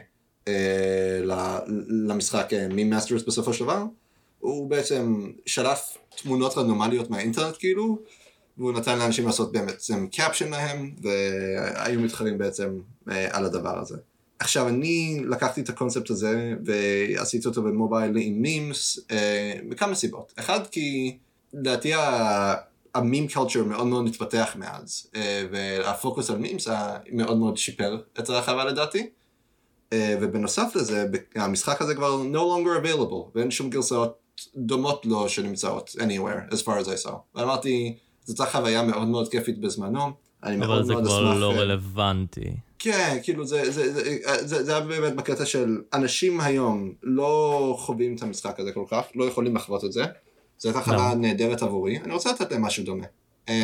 למשחק מים מאסטרס בסופו של דבר. הוא בעצם שלף תמונות רנדומליות מהאינטרנט, כאילו, והוא נתן לאנשים לעשות בעצם קאפשן להם, והיו מתחרים בעצם על הדבר הזה. עכשיו, אני לקחתי את הקונספט הזה, ועשיתי אותו במובייל עם מימס, מכמה סיבות. אחד, כי לדעתי המים קולצ'ר מאוד מאוד מתפתח מאז, והפוקוס על מימס מאוד מאוד שיפר את הרחבה לדעתי, ובנוסף לזה, המשחק הזה כבר no longer available, ואין שום גרסאות דומות לו שנמצאות anywhere, as far as I saw. ואמרתי, זאת החוויה מאוד מאוד כיפית בזמנו, אני מאוד מאוד אשמח. אבל זה כבר לא רלוונטי. כן, כאילו זה היה באמת בקטע של אנשים היום לא חווים את המשחק הזה כל כך, לא יכולים לחוות את זה, זו הייתה חוויה נהדרת עבורי, אני רוצה לתת להם משהו דומה.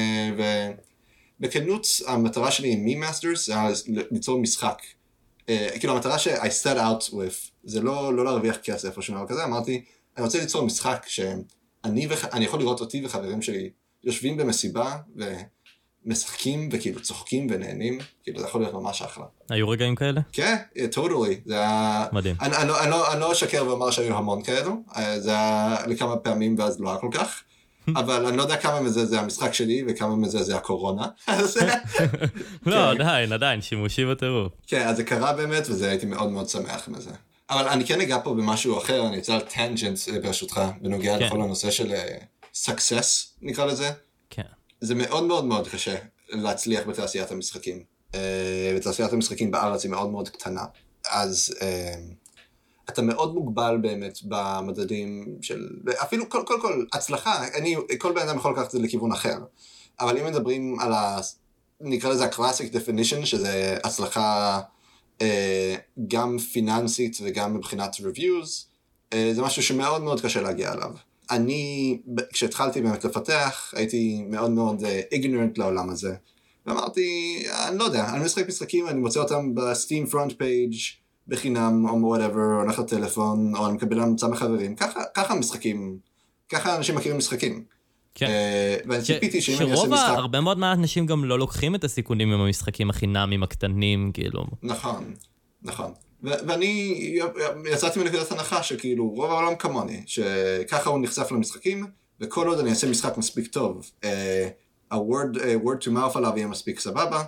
ובכנות, המטרה שלי עם מי מאסטרס זה ליצור משחק, כאילו המטרה ש-I set out with, זה לא להרוויח כסף או שום דבר כזה, אמרתי, אני רוצה ליצור משחק שאני יכול לראות אותי וחברים שלי יושבים במסיבה ומשחקים וכאילו צוחקים ונהנים, כאילו זה יכול להיות ממש אחלה. היו רגעים כאלה? כן, totally. זה היה... מדהים. אני לא אשקר ואומר שהיו המון כאלו, זה היה לכמה פעמים ואז לא היה כל כך, אבל אני לא יודע כמה מזה זה המשחק שלי וכמה מזה זה הקורונה. לא, עדיין, שימושי בטירוף. כן, אז זה קרה באמת וזה הייתי מאוד מאוד שמח מזה. אבל אני כן אגע פה במשהו אחר, אני אצא על טנג'נט ברשותך, בנוגע לכל הנושא של success, נקרא לזה. כן. זה מאוד מאוד מאוד קשה להצליח בתעשיית המשחקים. ותעשיית המשחקים בארץ היא מאוד מאוד קטנה. אז אתה מאוד מוגבל באמת במדדים של, אפילו כל הצלחה, כל בן אדם יכול לקחת את זה לכיוון אחר. אבל אם מדברים על נקרא לזה ה-classic definition, שזה הצלחה גם פיננסית וגם מבחינת reviews, זה משהו שמאוד מאוד קשה להגיע עליו. אני, כשהתחלתי באמת לפתח, הייתי מאוד מאוד ignorant לעולם הזה. ואמרתי, אני לא יודע, אני משחק משחקים, אני מוצא אותם בסטים פרונט פייג' בחינם, או whatever, או הולך לטלפון, או אני מקבל המוצא מחברים. ככה משחקים, ככה אנשים מכירים משחקים. כן. ואני ציפיתי שאם אני אעשה משחק... הרבה מאוד מהאנשים גם לא לוקחים את הסיכונים עם המשחקים החינמים הקטנים, כאילו. נכון. ואני יצאתי מנקודת הנחה שכאילו רוב העולם כמוני, שככה הוא נחשף למשחקים, וכל עוד אני אעשה משחק מספיק טוב, ה-word to mouth עליו יהיה מספיק סבבה,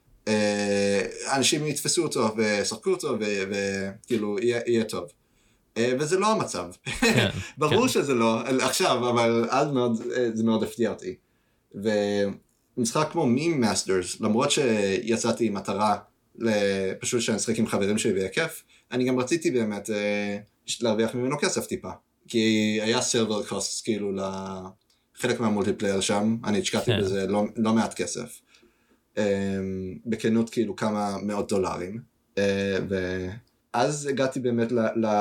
אנשים יתפסו אותו ושחקו אותו, וכאילו יהיה טוב. וזה לא המצב. ברור שזה לא, עכשיו, אבל אז זה מאוד הפתיע אותי. ומשחק כמו Meme Masters, למרות שיצאתי עם מטרה, פשוט שאני אשחק עם חברים שלי ויהיה כיף, אני גם רציתי באמת להרוויח ממנו כסף טיפה, כי היה server costs כאילו לחלק מהמולטיפלייר שם, אני השקעתי בזה לא מעט כסף, בכנות כאילו כמה מאות דולרים, ואז הגעתי באמת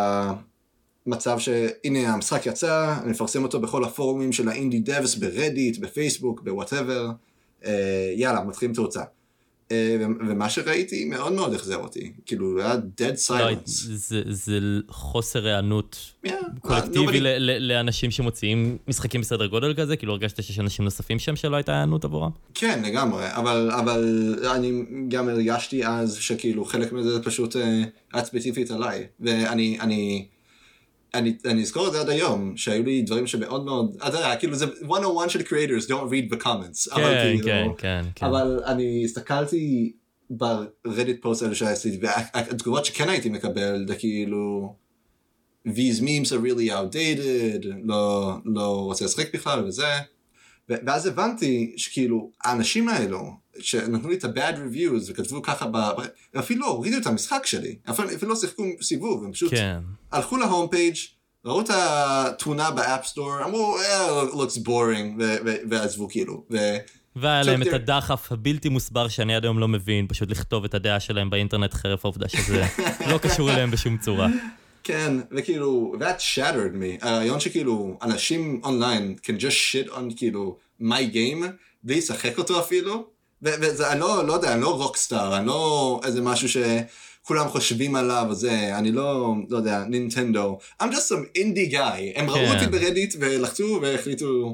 למצב שהנה המשחק יצא, אני מפרסם אותו בכל הפורומים של האינדי דבס, ברדיט, בפייסבוק, בוואטאבר, יאללה, מתחילים תאוצה. ומה שראיתי מאוד מאוד החזר אותי, כאילו היה dead silence. זה חוסר הענות קולקטיבי לאנשים שמוציאים משחקים בסדר גודל כזה, כאילו הרגשת שיש אנשים נוספים שם שלא הייתה הענות עבורם? כן, לגמרי, אבל אני גם הרגשתי אז שכאילו חלק מזה זה פשוט את ספציפית עליי, ואני אזכור את זה עד היום, שהיו לי דברים שמאוד מאוד, אתה יודע, כאילו זה 101 של creators, don't read the comments. כן. אבל אני הסתכלתי ברדיט פוסט האלה שעשיתי, והתגובות שכן הייתי מקבל, זה כאילו, these memes are really outdated, לא רוצה לשחק בכלל וזה, ואז הבנתי שכאילו, האנשים האלו, שנתנו לי את ה-bad reviews וכתבו ככה, אפילו לא הורידו את המשחק שלי, אפילו לא שיחקו סיבוב, הם פשוט הלכו להום פייג', ראו את התמונה באפסטור, אמרו, looks boring, ועזבו כאילו. והיה להם את הדחף הבלתי מוסבר שאני עד היום לא מבין, פשוט לכתוב את הדעה שלהם באינטרנט חרף העובדה שזה לא קשור אליהם בשום צורה. כן, וכאילו, that shattered me, הרעיון שכאילו, אנשים אונליין can just shit on כאילו, my game, בלי לשחק אותו אפילו, ואני לא יודע, אני לא רוקסטאר, אני לא איזה משהו כולם חושבים עליו, וזה, אני לא יודע, נינטנדו, I'm just some indie guy, הם ראו אותי ברדיט ולחצו והחליטו,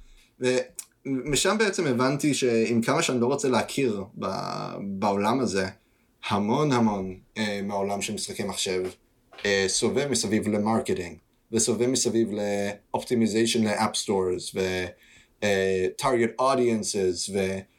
ומשם בעצם הבנתי שעם כמה שאני לא רוצה להכיר בעולם הזה, המון מהעולם של משחקי מחשב, סובב מסביב למרקטינג, וסובב מסביב לאופטימיזיישן לאפ סטורס, ו-target audiences,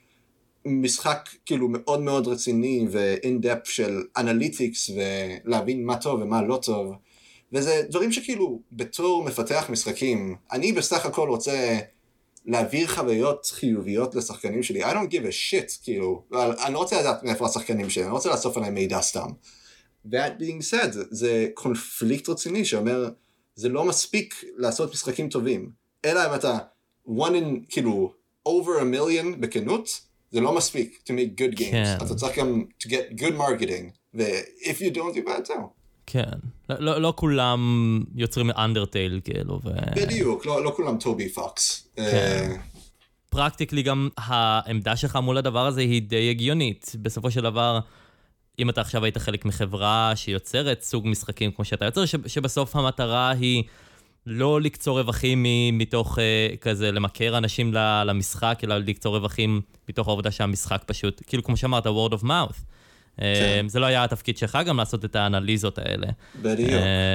ומשחק כאילו מאוד מאוד רציני, ו-in-depth של אנליטיקס, ולהבין מה טוב ומה לא טוב, וזה דברים שכאילו בתור מפתח משחקים, אני בסך הכל רוצה להעביר חוויות חיוביות לשחקנים שלי, I don't give a shit, כאילו, אני לא רוצה לדעת מאיפה השחקנים שלי, אני לא רוצה לאסוף עליהם מידע סתם. That being said, זה קונפליקט רציני שאומר, זה לא מספיק לעשות משחקים טובים, אלא אם אתה כאילו, over a million בכנות, זה לא מספיק to make good games. אתה צריך גם to get good marketing, ו-if you don't, you bad too. כן, לא כולם יוצרים אנדרטייל, כאילו. בדיוק, לא כולם טובי פוקס. פרקטיקלי גם העמדה שלך מול הדבר הזה היא די הגיונית. בסופו של דבר, אם אתה עכשיו היית חלק מחברה שיוצרת סוג משחקים כמו שאתה יוצר, שבסוף המטרה היא לא לקצור רווחים מתוך כזה, למכר אנשים למשחק, אלא לקצור רווחים מתוך העובדה שהמשחק פשוט, כאילו כמו שאמרת, word of mouth. זה לא היה התפקיד שלך גם לעשות את האנליזות האלה. בדיוק.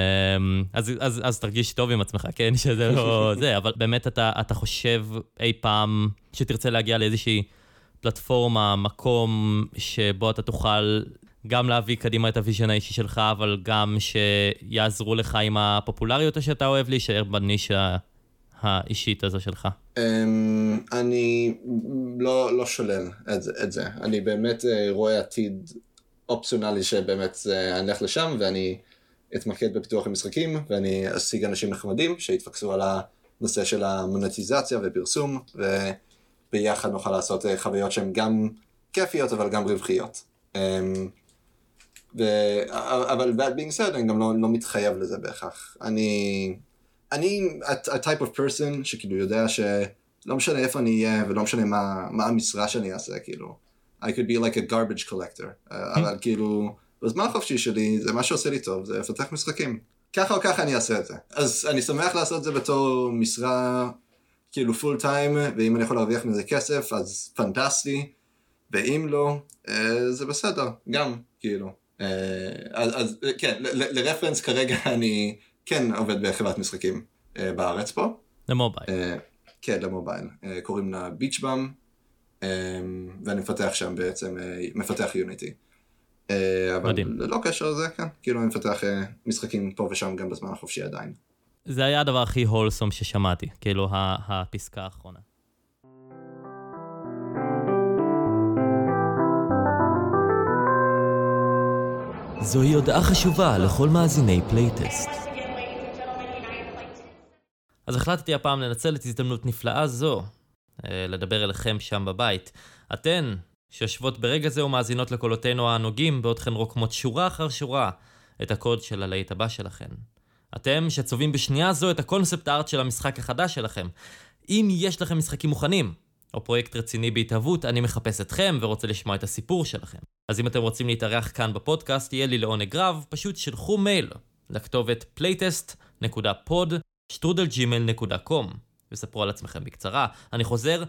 אז תרגיש טוב עם עצמך, כן? שזה לא זה, אבל באמת אתה חושב אי פעם שתרצה להגיע לאיזושהי פלטפורמה, מקום שבו אתה תוכל גם להביא קדימה את הוויז'ן האישי שלך, אבל גם שיעזרו לך עם הפופולריות שאתה אוהב להישאר בנישה האישית הזו שלך. אני לא שולל את זה. אני באמת רואה עתיד אופציונלי שבאמת אני אלך לשם, ואני אתמקד בפיתוח המשחקים, ואני אשיג אנשים נחמדים שיתפקסו על הנושא של המונטיזציה ופרסום, וביחד נוכל לעשות חוויות שהן גם כיפיות, אבל גם רווחיות. אבל that being said, אני גם לא מתחייב לזה בהכרח. אני ה-type of person שכאילו יודע שלא משנה איפה אני אהיה, ולא משנה מה המשרה שאני אעשה, כאילו. I could be like a garbage collector. אבל כאילו, בזמן החופשי שלי, זה מה שעושה לי טוב, זה לפתח משחקים. ככה או ככה אני אעשה את זה. אז אני שמח לעשות את זה בתור משרה, כאילו full time, ואם אני יכול להרוויח מזה כסף, אז פנטסטי. ואם לא, זה בסדר, גם, כאילו. אז כן, לרפרנס כרגע אני כן עובד בחברת משחקים בארץ פה. למובייל. כן, למובייל. קוראים לה ביצ'באם, ואני מפתח שם בעצם, מפתח יוניטי. מדהים. אבל ללא קשר לזה, כן. כאילו אני מפתח משחקים פה ושם גם בזמן החופשי עדיין. זה היה הדבר הכי הולסום ששמעתי, כאילו הפסקה האחרונה. זוהי הודעה חשובה לכל מאזיני פלייטסט. אז החלטתי הפעם לנצל את הזדמנות נפלאה זו, לדבר אליכם שם בבית. אתן, שיושבות ברגע זה ומאזינות לקולותינו הנוגעים, בעודכן רוקמות שורה אחר שורה את הקוד של הלהיט הבא שלכם. אתם שצובעים בשנייה זו את הקונספט הארט של המשחק החדש שלכם. אם יש לכם משחקים מוכנים, או פרויקט רציני בהתהוות, אני מחפש אתכם ורוצה לשמוע את הסיפור שלכם. אז אם אתם רוצים להתארח כאן בפודקאסט, יהיה לי לעונג רב, פשוט שלחו מייל לכתובת playtest.pod@gmail.com וספרו על עצמכם בקצרה. אני חוזר,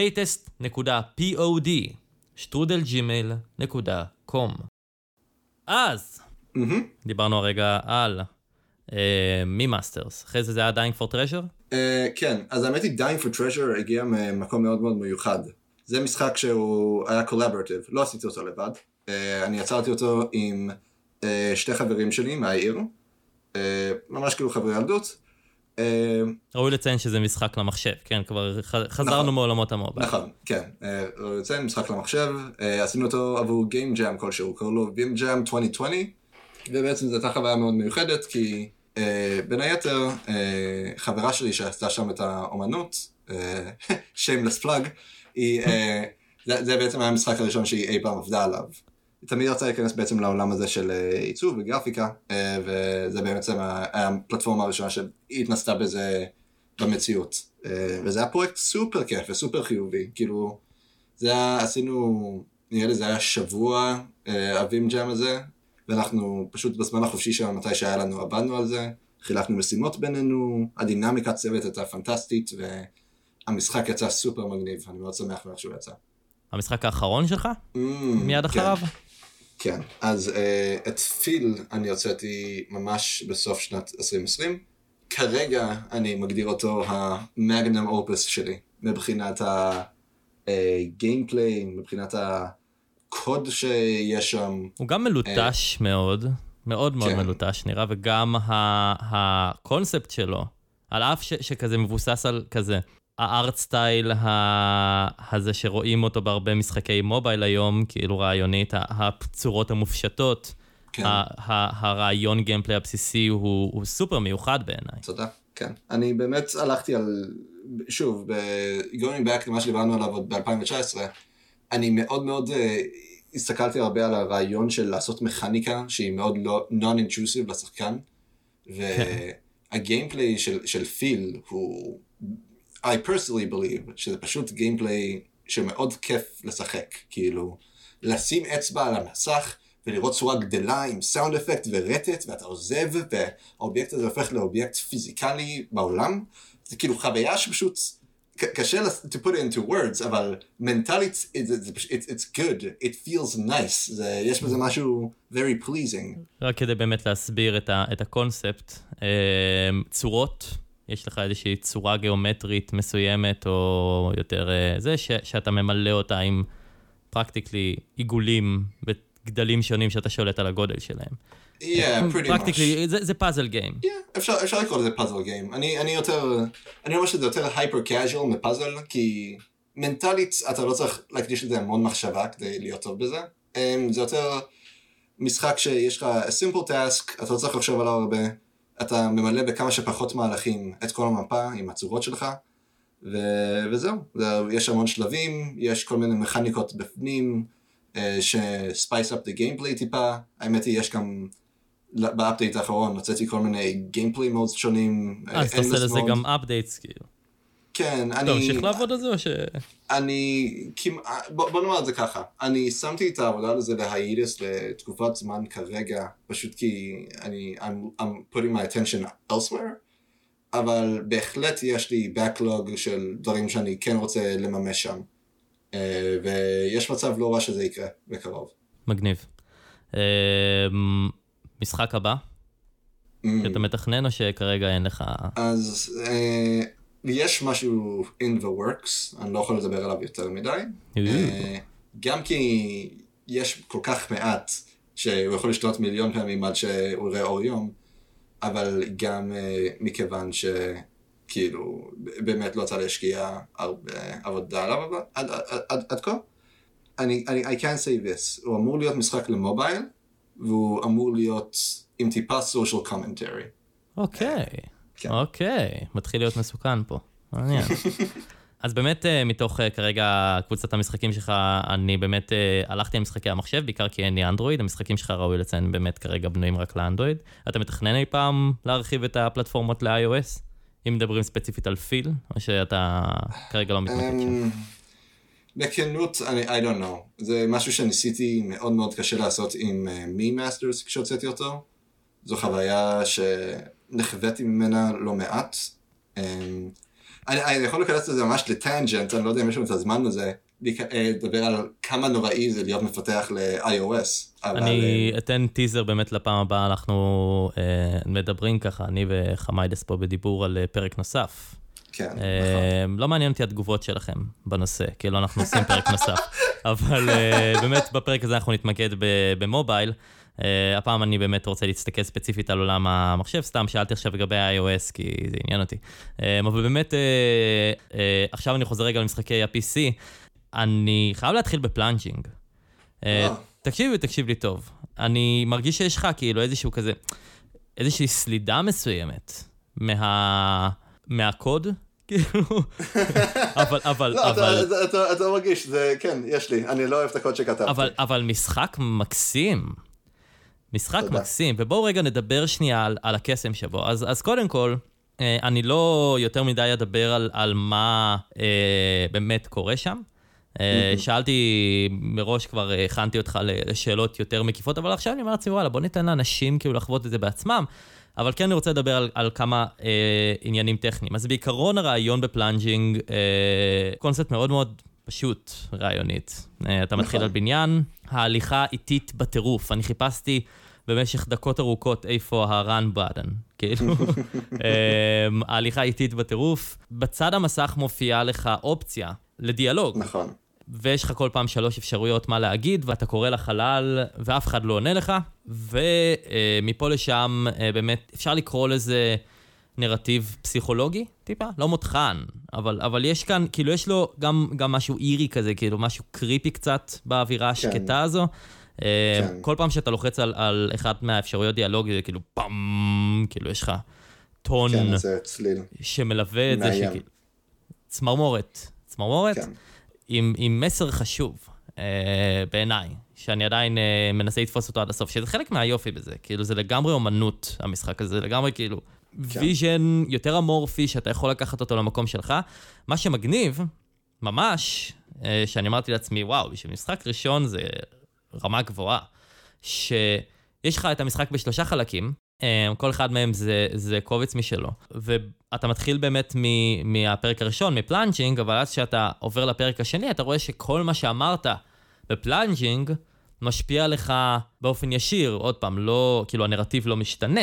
playtest.pod@gmail.com. אז, דיברנו הרגע על מאסטרס. אחרי זה היה Dying for Treasure? כן, אז האמת היא Dying for Treasure הגיע ממקום מאוד מאוד מיוחד. זה משחק שהוא היה collaborative, לא עשיתי אותו לבד. אני יצרתי אותו עם שתי חברים שלי מהעיר, ממש כאילו חברי ילדות. ראוי לציין שזה משחק למחשב, כן? כבר חזרנו מעולמות המובייל. נכון, כן. ראוי לציין, משחק למחשב. עשינו אותו עבור Game Jam כלשהו, קראו לו Game Jam 2020, ובעצם זו הייתה חוויה מאוד מיוחדת, כי בין היתר, חברה שלי שעשתה שם את האומנות, shameless plug, זה בעצם היה המשחק הראשון שהיא אי פעם עבדה עליו. היא תמיד רצה להיכנס בעצם לעולם הזה של עיצוב וגרפיקה, וזה בעצם הפלטפורמה הראשונה שהיא התנסתה בזה במציאות. וזה היה פרויקט סופר כיף וסופר חיובי, כאילו, זה היה, עשינו, נראה לי זה היה שבוע אבים ג'אם הזה, ואנחנו פשוט בזמן החופשי שלנו, מתי שהיה לנו, עבדנו על זה, חילקנו משימות בינינו, הדינמיקת צוות הייתה פנטסטית, והמשחק יצא סופר מגניב, אני מאוד שמח מאיך שהוא יצא. המשחק האחרון שלך? מיד אחריו? כן, אז את פיל אני הוצאתי ממש בסוף שנת 2020, כרגע אני מגדיר אותו המגנם אופוס שלי, מבחינת הגיימפליי, מבחינת הקוד שיש שם. הוא גם מלוטש מאוד, מאוד מאוד מלוטש נראה, וגם הקונספט שלו, על אף שכזה מבוסס על כזה, הארט סטייל הזה שרואים אותו בהרבה משחקי מובייל היום, כאילו רעיונית, הצורות המופשטות, הרעיון גיימפליי הבסיסי הוא סופר מיוחד בעיניי. תודה, כן. אני באמת הלכתי על, שוב, going back למה שדיברנו עליו עוד ב-2019, אני מאוד מאוד הסתכלתי הרבה על הרעיון של לעשות מכניקה שהיא מאוד non-intrusive לשחקן, והגיימפליי של פיל הוא, I personally believe, שזה פשוט גיימפליי שמאוד כיף לשחק, כאילו, לשים אצבע על המסך, ולראות צורה גדלה עם סאונד אפקט ורטט, ואתה עוזב, והאובייקט הזה הופך לאובייקט פיזיקלי בעולם. זה כאילו חוויה שפשוט קשה to put it into words, אבל מנטלית, it's good, it feels nice. יש בזה משהו very pleasing. רק כדי באמת להסביר את הקונספט, צורות, יש לך איזושהי צורה גיאומטרית מסוימת, או יותר זה, שאתה ממלא אותה עם פרקטיקלי עיגולים, גדלים שונים שאתה שולט על הגודל שלהם. Yeah, pretty much. זה פאזל גיים. Yeah, אפשר לקרוא לזה פאזל גיים. אני אומר שזה יותר הייפר קאז'ואל מפאזל, כי מנטלית אתה לא צריך להקדיש לזה המון מחשבה כדי להיות טוב בזה. זה יותר משחק שיש לך a simple task, אתה לא צריך לחשוב עליו הרבה, אתה ממלא בכמה שפחות מהלכים את כל המפה עם הצורות שלך, וזהו. יש המון שלבים, יש כל מיני מכניקות בפנים, שספייס אפ דה גיימפליי טיפה. האמת היא, יש גם באפדייט האחרון הוצאתי כל מיני גיימפליי מודס שונים. אז אתה עושה לזה גם אפדייטס כאילו. כן, אני... טוב, שייך לעבוד על זה או ש... בוא נאמר את זה ככה, אני שמתי את העבודה לזה להיידס לתקופת זמן כרגע, פשוט כי I'm putting my attention elsewhere, אבל בהחלט יש לי backlog של דברים שאני כן רוצה לממש שם. ויש מצב לא רע שזה יקרה בקרוב. מגניב. משחק הבא? שאתה מתכנן או שכרגע אין לך... אז יש משהו in the works, אני לא יכול לדבר עליו יותר מדי. גם כי יש כל כך מעט שהוא יכול לשתות מיליון פעמים עד שהוא יראה אור יום, אבל גם מכיוון ש... כאילו, באמת לא צריך להשקיע הרבה עבודה עליו עד כה. I can't say this. הוא אמור להיות משחק למובייל, והוא אמור להיות עם טיפה social commentary. אוקיי. מתחיל להיות מסוכן פה. מעניין. אז באמת, מתוך כרגע קבוצת המשחקים שלך, אני באמת הלכתי עם משחקי המחשב, בעיקר כי אין לי אנדרואיד, המשחקים שלך ראוי לציין באמת כרגע בנויים רק לאנדרואיד. אתה מתכנן אי פעם להרחיב את הפלטפורמות ל-iOS? אם מדברים ספציפית על פיל, או שאתה כרגע לא מתמקד שם? בכנות, I don't know. זה משהו שניסיתי מאוד מאוד קשה לעשות עם מי מאסטרס כשהוצאתי אותו. זו חוויה שנחוויתי ממנה לא מעט. אני יכול להיכנס לזה ממש לטנג'נט, אני לא יודע אם יש לנו את הזמן הזה, לדבר על כמה נוראי זה להיות מפתח ל-iOS. אני אתן טיזר באמת לפעם הבאה, אנחנו מדברים ככה, אני וחמיידס פה בדיבור על פרק נוסף. כן, נכון. לא מעניין אותי התגובות שלכם בנושא, כאילו אנחנו עושים פרק נוסף, אבל באמת בפרק הזה אנחנו נתמקד במובייל. הפעם אני באמת רוצה להסתכל ספציפית על עולם המחשב, סתם שאלתי עכשיו לגבי ה-iOS, כי זה עניין אותי. אבל באמת, עכשיו אני חוזר רגע למשחקי ה-PC, אני חייב להתחיל בפלנג'ינג. תקשיב לי טוב. אני מרגיש שיש לך כאילו איזשהו כזה, איזושהי סלידה מסוימת מהקוד, כאילו, אבל... לא, אתה מרגיש, זה כן, יש לי, אני לא אוהב את הקוד שכתבתי. אבל משחק מקסים. משחק מקסים, ובואו רגע נדבר שנייה על הקסם שבו. אז קודם כל, אני לא יותר מדי אדבר על מה באמת קורה שם, שאלתי מראש, כבר הכנתי אותך לשאלות יותר מקיפות, אבל עכשיו אני אומר לעצמי, וואלה, בוא ניתן לאנשים כאילו לחוות את זה בעצמם, אבל כן אני רוצה לדבר על כמה עניינים טכניים. אז בעיקרון הרעיון בפלנג'ינג, קונספט מאוד מאוד פשוט רעיונית. אתה מתחיל על בניין, ההליכה איטית בטירוף. אני חיפשתי במשך דקות ארוכות איפה ה-run button, כאילו. ההליכה איטית בטירוף. בצד המסך מופיעה לך אופציה לדיאלוג. נכון. ויש לך כל פעם 3 אפשרויות מה להגיד, ואתה קורא לחלל, ואף אחד לא עונה לך, ומפה לשם באמת אפשר לקרוא לזה נרטיב פסיכולוגי, טיפה, לא מותחן, אבל יש כאן, כאילו יש לו גם משהו אירי כזה, כאילו משהו קריפי קצת באווירה השקטה הזו. כל פעם שאתה לוחץ על אחת מהאפשרויות דיאלוג, זה כאילו פאם, כאילו יש לך טון שמלווה את זה, צמרמורת, עם מסר חשוב בעיניי, שאני עדיין מנסה לתפוס אותו עד הסוף, שזה חלק מהיופי בזה, כאילו זה לגמרי אומנות המשחק הזה, זה לגמרי כאילו ויז'ן יותר אמורפי שאתה יכול לקחת אותו למקום שלך. מה שמגניב, ממש, שאני אמרתי לעצמי, וואו, בשביל משחק ראשון זה רמה גבוהה, שיש לך את המשחק ב3 חלקים, כל אחד מהם זה קובץ משלו, ואתה מתחיל באמת מהפרק הראשון, מפלנג'ינג, אבל אז שאתה עובר לפרק השני, אתה רואה שכל מה שאמרת בפלנג'ינג משפיע לך באופן ישיר, עוד פעם, לא, כאילו הנרטיב לא משתנה,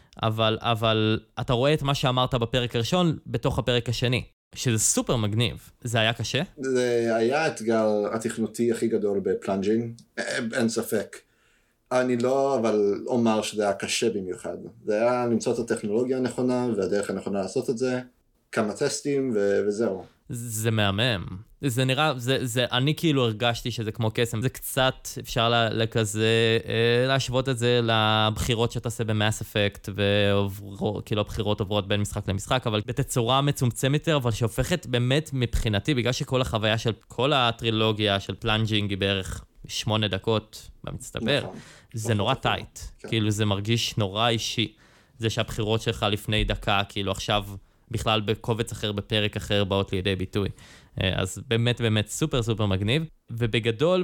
אבל אתה רואה את מה שאמרת בפרק הראשון בתוך הפרק השני, שזה סופר מגניב. זה היה קשה? זה היה האתגר התכנותי הכי גדול בפלנג'ינג, אין ספק. אני לא, אבל אומר שזה היה קשה במיוחד. זה היה למצוא את הטכנולוגיה הנכונה, והדרך הנכונה לעשות את זה, כמה טסטים וזהו. זה מהמם. זה נראה, אני כאילו הרגשתי שזה כמו קסם. זה קצת, אפשר לכזה, להשוות את זה לבחירות שאתה עושה במאס אפקט, וכאילו הבחירות עוברות בין משחק למשחק, אבל בתצורה מצומצמת יותר, אבל שהופכת באמת מבחינתי, בגלל שכל החוויה של כל הטרילוגיה של פלנג'ינג היא בערך 8 דקות במצטבר, זה נורא טייט. כאילו זה מרגיש נורא אישי. זה שהבחירות שלך לפני דקה, כאילו עכשיו בכלל בקובץ אחר, בפרק אחר, באות לידי ביטוי. אז באמת, באמת סופר סופר מגניב. ובגדול,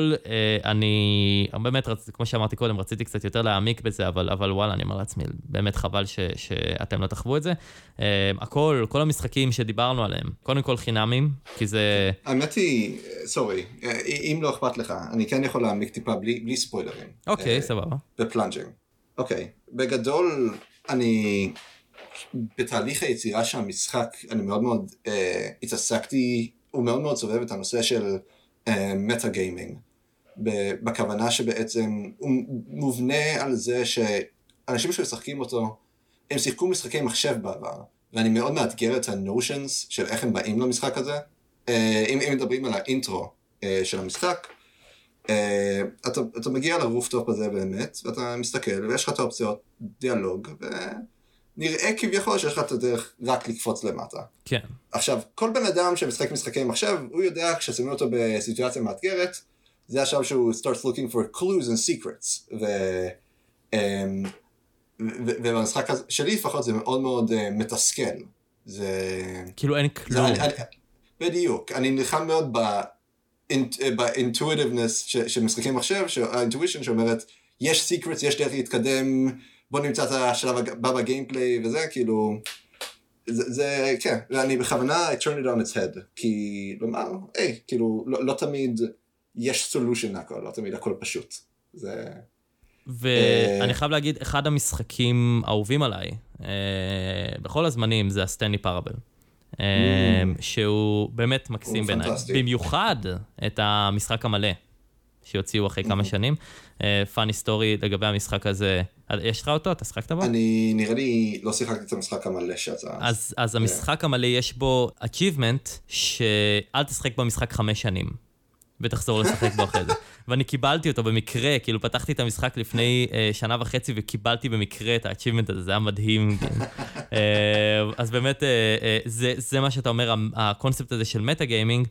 אני באמת, כמו שאמרתי קודם, רציתי קצת יותר להעמיק בזה, אבל וואלה, אני אומר לעצמי, באמת חבל שאתם לא תחוו את זה. כל המשחקים שדיברנו עליהם, קודם כל חינמים, כי זה... האמת היא, סורי, אם לא אכפת לך, אני כן יכול להעמיק טיפה בלי ספוילרים. אוקיי, סבבה. בפלנג'ינג. אוקיי, בגדול, אני... בתהליך היצירה של המשחק, אני מאוד מאוד התעסקתי, הוא מאוד מאוד סובב את הנושא של מטה גיימינג, בכוונה שבעצם הוא מובנה על זה שאנשים שמשחקים אותו, הם שיחקו משחקי מחשב בעבר, ואני מאוד מאתגר את הנושנס של איך הם באים למשחק הזה. אם מדברים על האינטרו של המשחק, אתה מגיע לרופטופ הזה באמת, ואתה מסתכל, ויש לך את האופציות דיאלוג, נראה כביכול שיש לך את הדרך רק לקפוץ למטה. כן. עכשיו, כל בן אדם שמשחק משחקי מחשב, הוא יודע כששמים אותו בסיטואציה מאתגרת, זה השלב שהוא starts looking for clues and secrets. ובמשחק שלי לפחות זה מאוד מאוד מתסכל. זה... כאילו אין כלום. בדיוק. אני נלחם מאוד באינטואיטיבנס של משחקי מחשב, האינטואישן שאומרת, יש secrets, יש דרך להתקדם, בוא נמצא את השלב הבא בגיימפליי וזה, כאילו, זה, כן, ואני בכוונה I turn it on its head, כי לומר, כאילו, לא תמיד יש solution הכל, לא תמיד הכל פשוט. זה... ואני חייב להגיד, אחד המשחקים האהובים עליי, בכל הזמנים, זה הסטנלי פרבל, שהוא באמת מקסים בעיניי. במיוחד את המשחק המלא, שיוציאו אחרי כמה שנים. פאני סטורי לגבי המשחק הזה, יש לך אותו? אתה שחקת בו? אני נראה לי לא שיחקתי את המשחק המלא שאתה... אז המשחק המלא יש בו achievement שאל תשחק במשחק 5 שנים, ותחזור לשחק בו אחרי זה. ואני קיבלתי אותו במקרה, כאילו פתחתי את המשחק לפני 1.5 שנה, וקיבלתי במקרה את ה-achievement הזה, זה היה מדהים. אז באמת, זה מה שאתה אומר, הקונספט הזה של מטה גיימינג,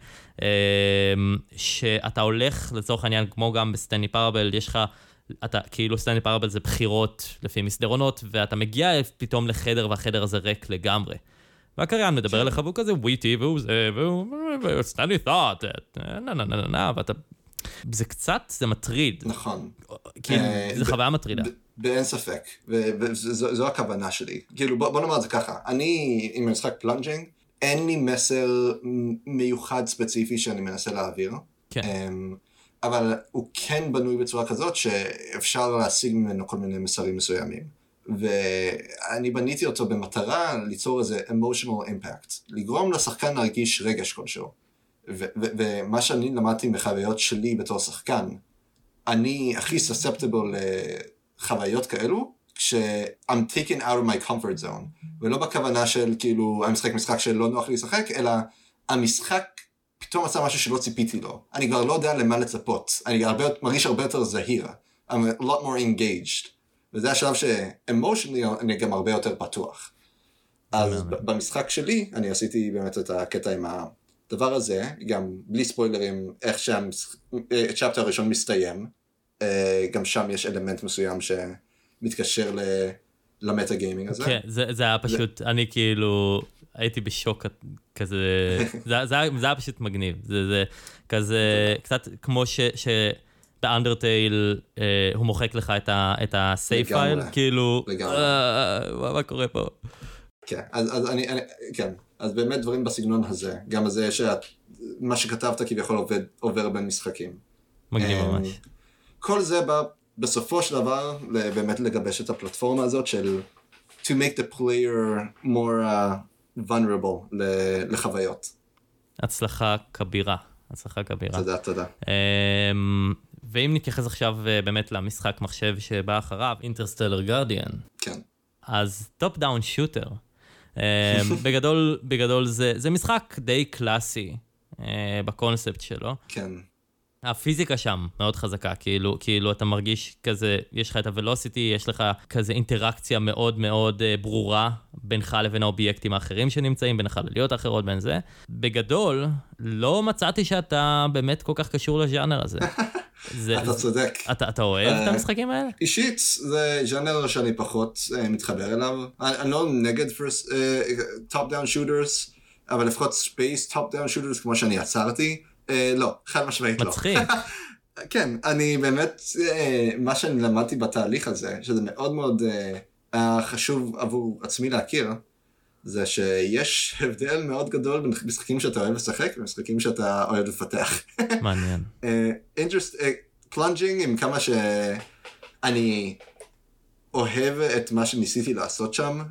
שאתה הולך לצורך העניין, כמו גם בסטנלי פרבל, יש לך, כאילו סטנלי פרבל זה בחירות לפי מסדרונות, ואתה מגיע פתאום לחדר, והחדר הזה ריק לגמרי. והקריין מדבר אליך והוא כזה וויטי, והוא זה, והוא סטנלי thought, ואתה... זה קצת, זה מטריד. נכון. כאילו, זו חוויה מטרידה. באין ספק, וזו הכוונה שלי. כאילו, בוא נאמר את זה ככה, אני עם המשחק פלנג'ינג, אין לי מסר מיוחד ספציפי שאני מנסה להעביר. כן. אבל הוא כן בנוי בצורה כזאת שאפשר להשיג ממנו כל מיני מסרים מסוימים. ואני בניתי אותו במטרה ליצור איזה emotional impact, לגרום לשחקן להרגיש רגש כלשהו. ומה שאני למדתי מחוויות שלי בתור שחקן, אני הכי susceptible לחוויות כאלו, I'm taken out of my comfort zone, ולא בכוונה של כאילו, אני משחק שלא נוח לי לשחק, אלא המשחק פתאום עשה משהו שלא ציפיתי לו. אני כבר לא יודע למה לצפות, אני מרגיש הרבה יותר זהיר, I'm a lot more engaged, וזה השלב ש-emotionally אני גם הרבה יותר פתוח. אז במשחק שלי, אני עשיתי באמת את הקטע עם הדבר הזה, גם בלי ספוילרים, איך שהצ'פטר הראשון מסתיים, גם שם יש אלמנט מסוים שמתקשר למטה גיימינג הזה. כן, זה היה פשוט, אני כאילו, הייתי בשוק כזה, זה היה פשוט מגניב, זה כזה, קצת כמו באנדרטייל הוא מוחק לך את הסייף פייל, כאילו, מה קורה פה? כן, אז באמת דברים בסגנון הזה, גם הזה שמה שכתבת כביכול עובר בין משחקים. מגניב ממש. כל זה בא בסופו של דבר באמת לגבש את הפלטפורמה הזאת של to make the player more vulnerable לחוויות. הצלחה כבירה. תודה. ואם נתייחס עכשיו באמת למשחק מחשב שבא אחריו, Interstellar Guardian. כן. אז טופ דאון שוטר. בגדול זה משחק די קלאסי בקונספט שלו. כן. הפיזיקה שם מאוד חזקה, כאילו אתה מרגיש כזה, יש לך את הוולוסיטי, יש לך כזה אינטראקציה מאוד מאוד ברורה בינך לבין האובייקטים האחרים שנמצאים, בין החלליות האחרות, בין זה. בגדול, לא מצאתי שאתה באמת כל כך קשור לז'אנר הזה. אתה צודק. אתה אוהב את המשחקים האלה? אישית, זה ז'אנר שאני פחות מתחבר אליו. אני לא נגד top-down shooters, אבל לפחות space top-down shooters כמו שאני יצרתי, לא, חד משמעית לא. מצחיק. כן, אני באמת, מה שאני למדתי בתהליך הזה, שזה מאוד מאוד חשוב עבור עצמי להכיר, זה שיש הבדל מאוד גדול בין משחקים שאתה אוהב לשחק, ומשחקים שאתה אוהב לפתח. מעניין. פלנג'ינג עם כמה שאני אוהב את מה שניסיתי לעשות שם,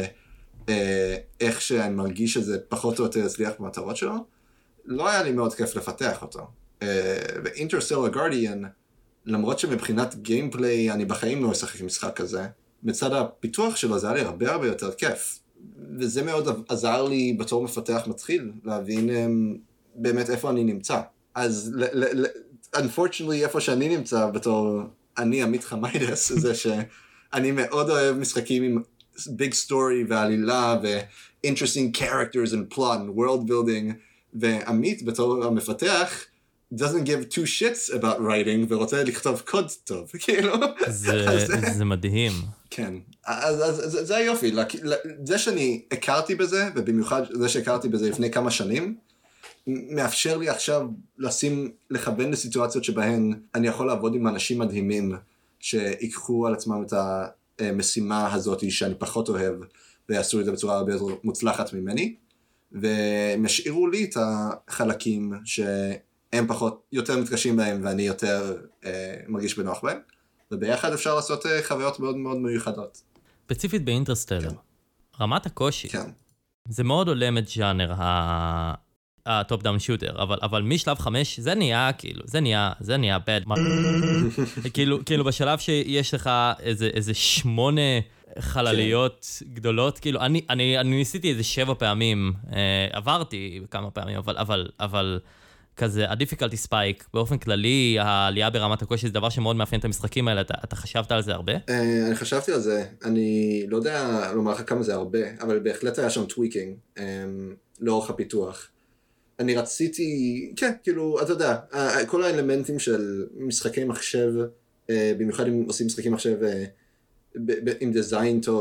ואיך שאני מרגיש שזה פחות או יותר הצליח במטרות שלו, לא היה לי מאוד כיף לפתח אותו. ו-Interstellar Guardian, למרות שמבחינת גיימפליי אני בחיים לא אשחק משחק כזה, מצד הפיתוח שלו זה היה לי הרבה הרבה יותר כיף. וזה מאוד עזר לי בתור מפתח מתחיל, להבין באמת איפה אני נמצא. אז unfortunately איפה שאני נמצא בתור אני עמית חמיידס, זה שאני מאוד אוהב משחקים עם big story ועלילה ו-interesting characters and plot and world building, ועמית בתור המפתח doesn't give two shits about writing ורוצה לכתוב קוד טוב, כאילו. זה מדהים. כן, אז זה היופי, זה שאני הכרתי בזה, ובמיוחד זה שהכרתי בזה לפני כמה שנים, מאפשר לי עכשיו לכוון לסיטואציות שבהן אני יכול לעבוד עם אנשים מדהימים, שיקחו על עצמם את המשימה הזאת שאני פחות אוהב, ויעשו את זה בצורה הרבה יותר מוצלחת ממני, והם ישאירו לי את החלקים שהם פחות, יותר מתקשים בהם, ואני יותר מרגיש בנוח בהם, וביחד אפשר לעשות חוויות מאוד מאוד מיוחדות. ספציפית באינטרסטלר, רמת הקושי, כן. זה מאוד עולם את ז'אנר הטופ דאון שוטר, אבל משלב 5 זה נהיה כאילו, זה נהיה bad. כאילו בשלב שיש לך איזה 8 חלליות גדולות, כאילו אני ניסיתי איזה 7 פעמים, עברתי כמה פעמים, אבל כזה, הדיפיקלטי ספייק, באופן כללי, העלייה ברמת הקושי זה דבר שמאוד מאפיין את המשחקים האלה, אתה חשבת על זה הרבה? אני חשבתי על זה, אני לא יודע לומר לך כמה זה הרבה, אבל בהחלט היה שם טוויקינג, לאורך הפיתוח. אני רציתי, כן, כאילו, אתה יודע, כל האלמנטים של משחקי מחשב, במיוחד אם עושים משחקי מחשב עם דיזיין טוב,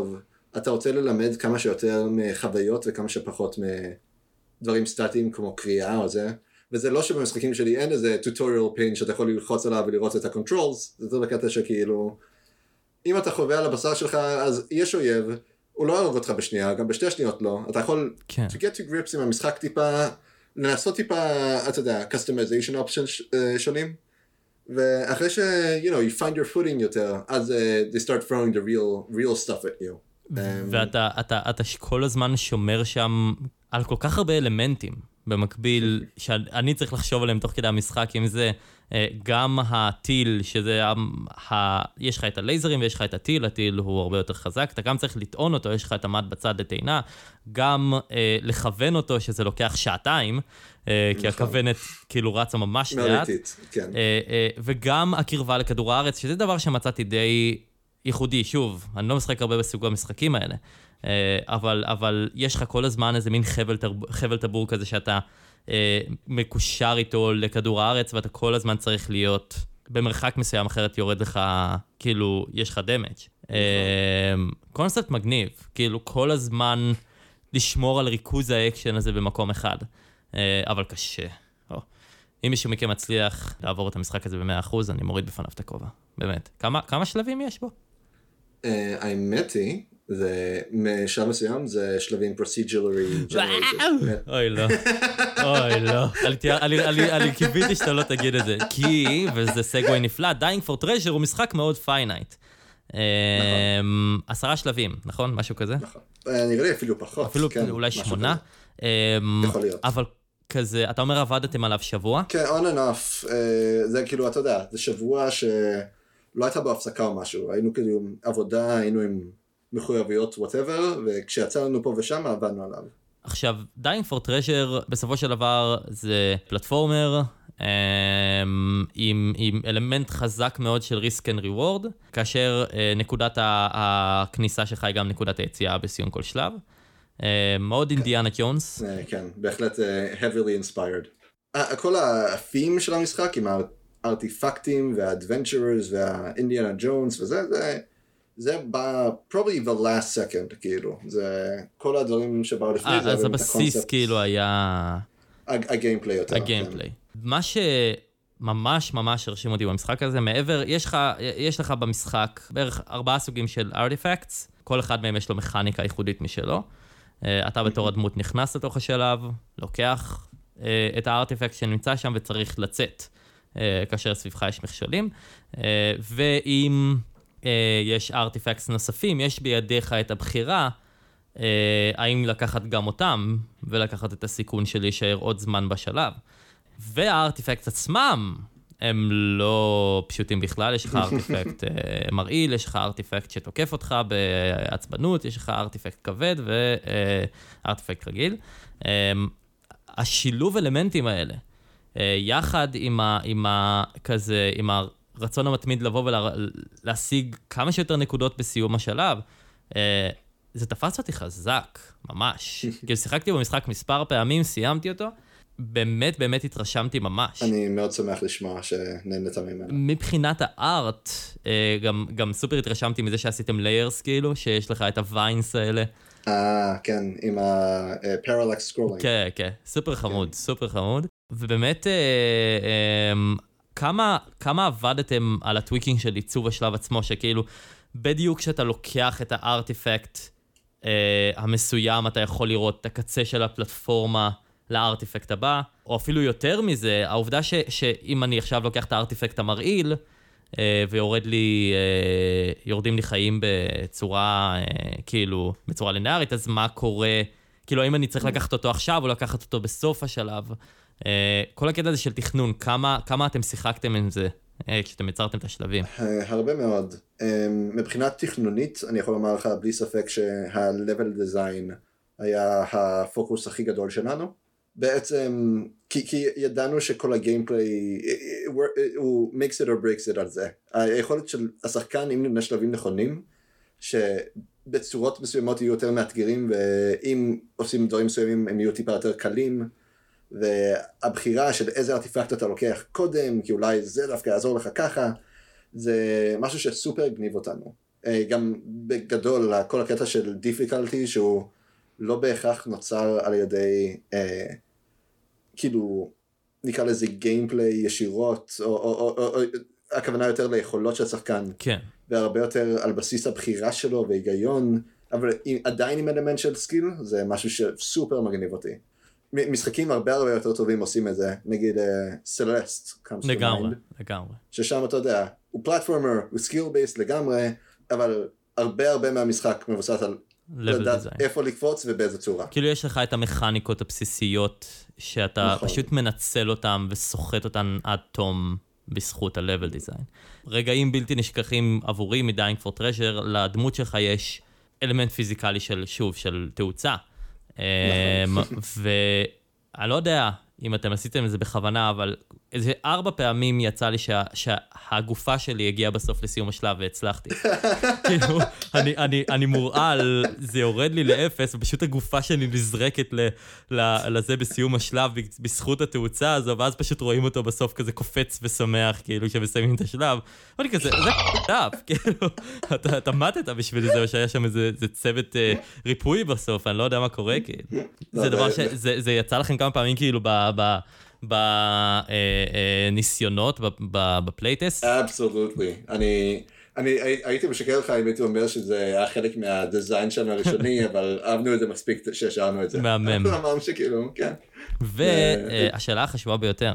אתה רוצה ללמד כמה שיותר מחוויות וכמה שפחות מדברים סטטיים כמו קריאה או זה, וזה לא שבמשחקים שלי אין איזה tutorial pane שאתה יכול ללחוץ עליו ולראות את ה-controls, זה יותר בקטע שכאילו, אם אתה חווה על הבשר שלך, אז יש אויב, הוא לא יהרוג אותך בשנייה, גם בשתי השניות לא, אתה יכול to get to grips עם המשחק טיפה, לנסות טיפה, אתה יודע, customization options שונים, ואחרי ש, you find your footing יותר, אז they start throwing the real stuff at you. ואתה כל הזמן שומר שם על כל כך הרבה אלמנטים, במקביל שאני צריך לחשוב עליהם תוך כדי המשחק, אם זה גם הטיל, שזה, יש לך את הלייזרים ויש לך את הטיל, הטיל הוא הרבה יותר חזק, אתה גם צריך לטעון אותו, יש לך את המד בצד לטעינה, גם לכוון אותו, שזה לוקח שעתיים, כי הכוונת כאילו רצה ממש לאט, וגם הקרבה לכדור הארץ, שזה דבר שמצאתי די ייחודי, שוב, אני לא משחק הרבה בסוג המשחקים האלה, אבל יש לך כל הזמן איזה מין חבל טבור כזה שאתה מקושר איתו לכדור הארץ, ואתה כל הזמן צריך להיות במרחק מסוים, אחרת יורד לך, כאילו, יש לך דמג'. קונספט מגניב, כאילו כל הזמן לשמור על ריכוז האקשן הזה במקום אחד, אבל קשה. אם מישהו מכם מצליח לעבור את המשחק הזה ב100%, אני מוריד בפניו את הכובע, באמת. כמה שלבים יש בו? האמת היא, זה משלב מסוים, זה שלבים procedurally generated. אוי לא, אוי לא. אני קיוויתי שאתה לא תגיד את זה, כי, וזה סגווי נפלא, Dying for Treasure הוא משחק מאוד פיינייט. 10 שלבים, נכון? משהו כזה? נכון. נראה לי אפילו פחות. אפילו אולי 8. יכול להיות. אבל כזה, אתה אומר עבדתם עליו שבוע? כן, on and off. זה כאילו, אתה יודע, זה שבוע שלא הייתה בו הפסקה או משהו. היינו כאילו עבודה, היינו עם מחויבויות, whatever, וכשיצא לנו פה ושם, עבדנו עליו. עכשיו, Dying for Treasure, בסופו של דבר, זה פלטפורמר, עם אלמנט חזק מאוד של risk and reward, כאשר נקודת הכניסה שלך היא גם נקודת היציאה בסיום כל שלב. מאוד אינדיאנה ג'ונס. כן, בהחלט heavily inspired. כל הפים של המשחק עם הארטיפקטים והאדוונצ'רס והאינדיאנה ג'ונס וזה, זה בא, probably the last second, כאילו. זה כל הדברים שבאו לפני זה. אז הבסיס כאילו היה... הגיימפליי יותר. הגיימפליי. מה שממש ממש הרשים אותי במשחק הזה, מעבר, יש לך במשחק בערך 4 סוגים של artifacts, כל אחד מהם יש לו מכניקה ייחודית משלו. אתה בתור הדמות נכנס לתוך השלב, לוקח את הארטיפקט שנמצא שם וצריך לצאת, כאשר סביבך יש מכשולים, ואם יש ארטיפקטס נוספים, יש בידיך את הבחירה, האם לקחת גם אותם, ולקחת את הסיכון של להישאר עוד זמן בשלב. והארטיפקטס עצמם, הם לא פשוטים בכלל, יש לך ארטיפקט מרעיל, יש לך ארטיפקט שתוקף אותך בעצבנות, יש לך ארטיפקט כבד וארטיפקט רגיל. השילוב אלמנטים האלה, יחד עם הרצון המתמיד לבוא ולהשיג כמה שיותר נקודות בסיום השלב, זה תפס אותי חזק, ממש. כי שיחקתי במשחק מספר פעמים, סיימתי אותו, באמת, באמת התרשמתי ממש. אני מאוד שמח לשמוע שנהנית ממנו. מבחינת הארט, גם סופר התרשמתי מזה שעשיתם ליירס כאילו, שיש לך את הוויינס האלה. כן, עם ה-parallax scrolling. כן, כן, סופר חמוד, סופר חמוד. ובאמת, כמה עבדתם על הטוויקינג של עיצוב השלב עצמו, שכאילו, בדיוק כשאתה לוקח את הארטיפקט המסוים, אתה יכול לראות את הקצה של הפלטפורמה, לארטיפקט הבא, או אפילו יותר מזה, העובדה שאם אני עכשיו לוקח את הארטיפקט המרעיל, ויורדים לי חיים בצורה, כאילו, בצורה לינארית, אז מה קורה, כאילו, האם אני צריך לקחת אותו עכשיו, או לקחת אותו בסוף השלב? כל הקטע הזה של תכנון, כמה אתם שיחקתם עם זה, כשאתם יצרתם את השלבים? הרבה מאוד. מבחינת תכנונית, אני יכול לומר לך בלי ספק שה-level design היה הפוקוס הכי גדול שלנו. בעצם, כי ידענו שכל הגיימפליי, הוא makes it or breaks it על זה. היכולת של השחקן, אם נבנה שלבים נכונים, שבצורות מסוימות יהיו יותר מאתגרים, ואם עושים דברים מסוימים, הם יהיו טיפה יותר קלים, והבחירה של איזה ארטיפקט אתה לוקח קודם, כי אולי זה דווקא יעזור לך ככה, זה משהו שסופר גניב אותנו. גם בגדול, כל הקטע של difficulty, שהוא לא בהכרח נוצר על ידי, כאילו, נקרא לזה גיימפליי ישירות, או הכוונה יותר ליכולות של השחקן. כן. והרבה יותר על בסיס הבחירה שלו והיגיון, אבל עדיין עם אלמנט של סקיל, זה משהו שסופר מגניב אותי. משחקים הרבה יותר טובים עושים את זה, נגיד סלסט, לגמרי. ששם אתה יודע, הוא פלטפורמר, הוא סקיל בייסט לגמרי, אבל הרבה מהמשחק מבוסס על לדעת איפה לקפוץ ובאיזה צורה. כאילו יש לך את המכניקות הבסיסיות, שאתה פשוט מנצל אותן וסוחט אותן עד תום בזכות ה-level design. רגעים בלתי נשכחים עבורי מ-Dying for Treasure, לדמות שלך יש אלמנט פיזיקלי של תאוצה. ואני לא יודע אם אתם עשיתם את זה בכוונה, אבל איזה 4 פעמים יצא לי שהגופה שלי הגיעה בסוף לסיום השלב והצלחתי. כאילו, אני מורעל, זה יורד לי לאפס, ופשוט הגופה שלי נזרקת לזה בסיום השלב, בזכות התאוצה הזו, ואז פשוט רואים אותו בסוף כזה קופץ ושמח, כאילו, שמסיימים את השלב. ואני כזה, זה קטאפ, כאילו, אתה מתת בשביל זה, או שהיה שם איזה צוות ריפוי בסוף, אני לא יודע מה קורה, כאילו. זה דבר זה יצא לכם כמה פעמים, כאילו, בניסיונות, בפלייטסט? אבסולוטלי. אני הייתי משקר לך אם הייתי אומר שזה היה חלק מהדיזיין שלנו הראשוני, אבל אהבנו את זה מספיק שהשארנו את זה. מהמם. אמרנו שכאילו, כן. והשאלה החשובה ביותר,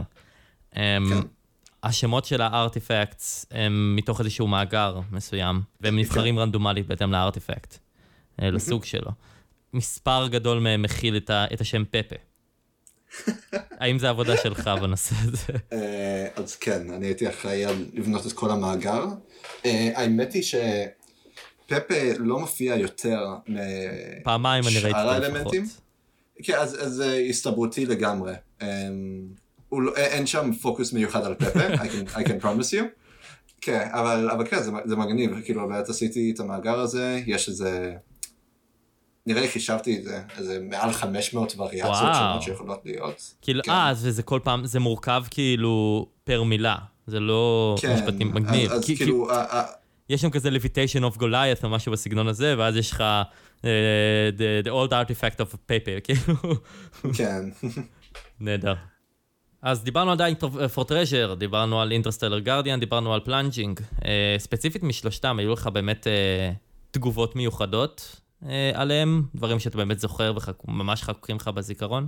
השמות של הארטיפקטס הם מתוך איזשהו מאגר מסוים, והם נבחרים רנדומלית בהתאם לארטיפקט, לסוג שלו. מספר גדול מהם מכיל את השם פפה. האם זה עבודה שלך בנושא הזה? אז כן, אני הייתי אחראי על לבנות את כל המאגר. האמת היא שפפה לא מופיע יותר פעמיים אני ראיתי שאר האלמנטים. כן, אז זה הסתברותי לגמרי. אין שם פוקוס מיוחד על פפה, I can promise you. כן, אבל כן, זה מגניב. כאילו, באמת עשיתי את המאגר הזה, יש איזה... נראה לי חישבתי את זה, איזה מעל 500 וריאציות שונות שיכולות להיות. כאילו, וזה כל פעם, זה מורכב כאילו פר מילה, זה לא משפטים מגניב. אז כאילו... יש שם כזה levitation of Goliath או משהו בסגנון הזה, ואז יש לך the old artifact of paper, כאילו. כן. נהדר. אז דיברנו על Dying for Treasure, דיברנו על Interstellar Guardian, דיברנו על Plunging. ספציפית משלושתם, היו לך באמת תגובות מיוחדות עליהם, דברים שאתה באמת זוכר וממש חקוקים לך בזיכרון?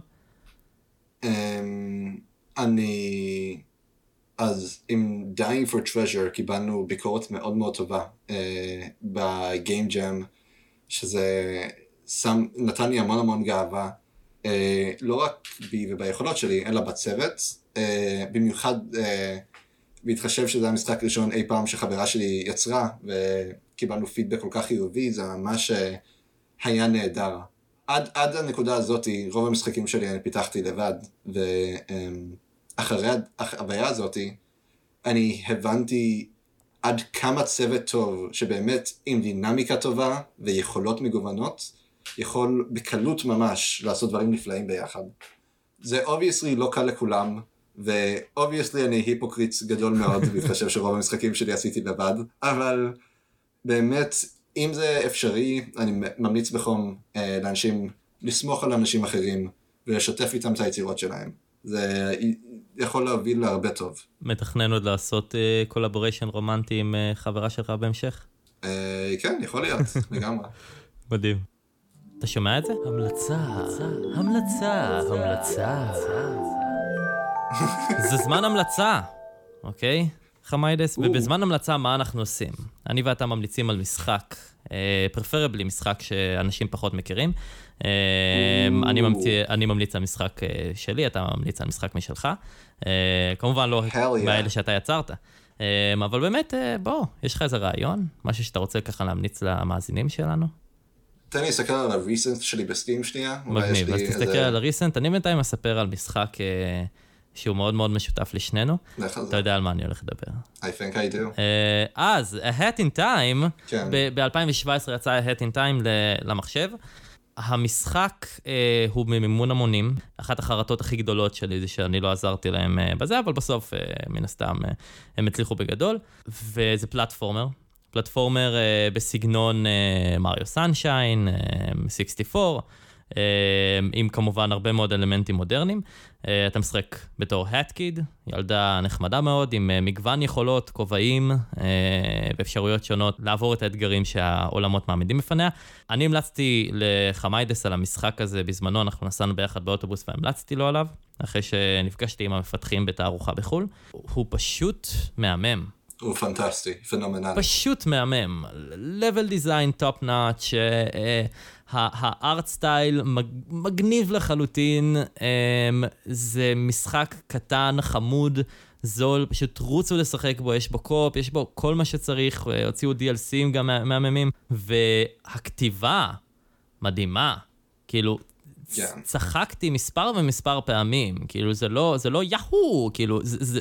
אז עם Dying for Treasure קיבלנו ביקורת מאוד מאוד טובה בגיים ג'ם, שזה נתן לי המון גאווה, לא רק בי וביכולות שלי, אלא בצוות, במיוחד בהתחשב שזה המשחק ראשון אי פעם שחברה שלי יצרה, וקיבלנו פידבק כל כך חיובי, זה ממש היה נהדר. עד הנקודה הזאת, רוב המשחקים שלי אני פיתחתי לבד, ואחרי החוויה הזאת, אני הבנתי עד כמה צוות טוב, שבאמת עם דינמיקה טובה ויכולות מגוונות, יכול בקלות ממש לעשות דברים נפלאים ביחד. זה obviously לא קל לכולם, ו-obviously אני היפוקריט גדול מאוד, בהתחשב שרוב המשחקים שלי עשיתי לבד, אבל באמת, אם זה אפשרי, אני ממליץ בחום לאנשים, לסמוך על אנשים אחרים, ולשתף איתם את היצירות שלהם. זה יכול להוביל להרבה טוב. מתכנן עוד לעשות קולבוריישן רומנטי עם חברה שלך בהמשך? כן, יכול להיות, לגמרי. מדהים. אתה שומע את זה? המלצה. זה זמן המלצה, אוקיי? חמיידס, ובזמן המלצה מה אנחנו עושים? אני ואתה ממליצים על משחק, פרפרבלי משחק שאנשים פחות מכירים. אני ממליץ על משחק שלי, אתה ממליץ על משחק משלך. כמובן לא מהאלה שאתה יצרת. אבל באמת, בוא, יש לך איזה רעיון? משהו שאתה רוצה ככה להמליץ למאזינים שלנו? תן לי לסתכל על הריסנט שלי בסטים שנייה. מגניב, אז תסתכל על הריסנט. אני בינתיים אספר על משחק שהוא מאוד מאוד משותף לשנינו. אתה יודע על מה אני הולך לדבר. I think I do. אז, A Hat in Time, ב-2017 יצא A Hat in Time למחשב. המשחק הוא ממימון המונים. אחת החרטות הכי גדולות שלי זה שאני לא עזרתי להם בזה, אבל בסוף מן הסתם הם הצליחו בגדול. וזה פלטפורמר בסגנון מריו סנשיין, 64, עם כמובן הרבה מאוד אלמנטים מודרניים. אתה משחק בתור האטקיד, ילדה נחמדה מאוד, עם מגוון יכולות, כובעים ואפשרויות שונות לעבור את האתגרים שהעולמות מעמידים בפניה. אני המלצתי לחמיידס על המשחק הזה בזמנו, אנחנו נסענו ביחד באוטובוס והמלצתי לו עליו, אחרי שנפגשתי עם המפתחים בתערוכה בחול. הוא פשוט מהמם. הוא פנטסטי, פנומנלי. פשוט מהמם. level design top notch, הארט סטייל מגניב לחלוטין, זה משחק קטן, חמוד, זול, פשוט רוצו לשחק בו, יש בו קופ, יש בו כל מה שצריך, הוציאו DLCים גם מהממים, והכתיבה מדהימה, כאילו, צחקתי מספר פעמים, כאילו זה לא יהו, כאילו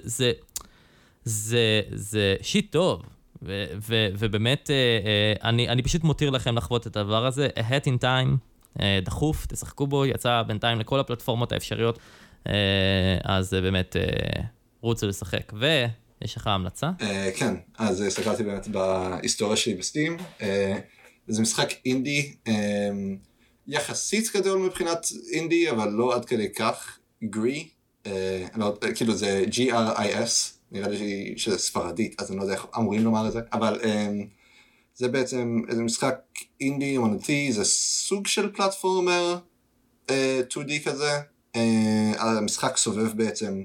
זה שיט טוב, ובאמת אני פשוט מותיר לכם לחוות את הדבר הזה, a hat in time, דחוף, תשחקו בו, יצא בינתיים לכל הפלטפורמות האפשריות, אז באמת רוצו לשחק. ויש לך המלצה? כן, אז הסתכלתי באמת בהיסטוריה שלי בסטים, זה משחק אינדי, יחסית גדול מבחינת אינדי, אבל לא עד כדי כך, גרי, כאילו זה G-R-I-S, נראה לי שזה ספרדית, אז אני לא יודע איך אמורים לומר את זה, אבל זה בעצם איזה משחק אינדי אמנותי, זה סוג של פלטפורמר 2D כזה, המשחק סובב בעצם,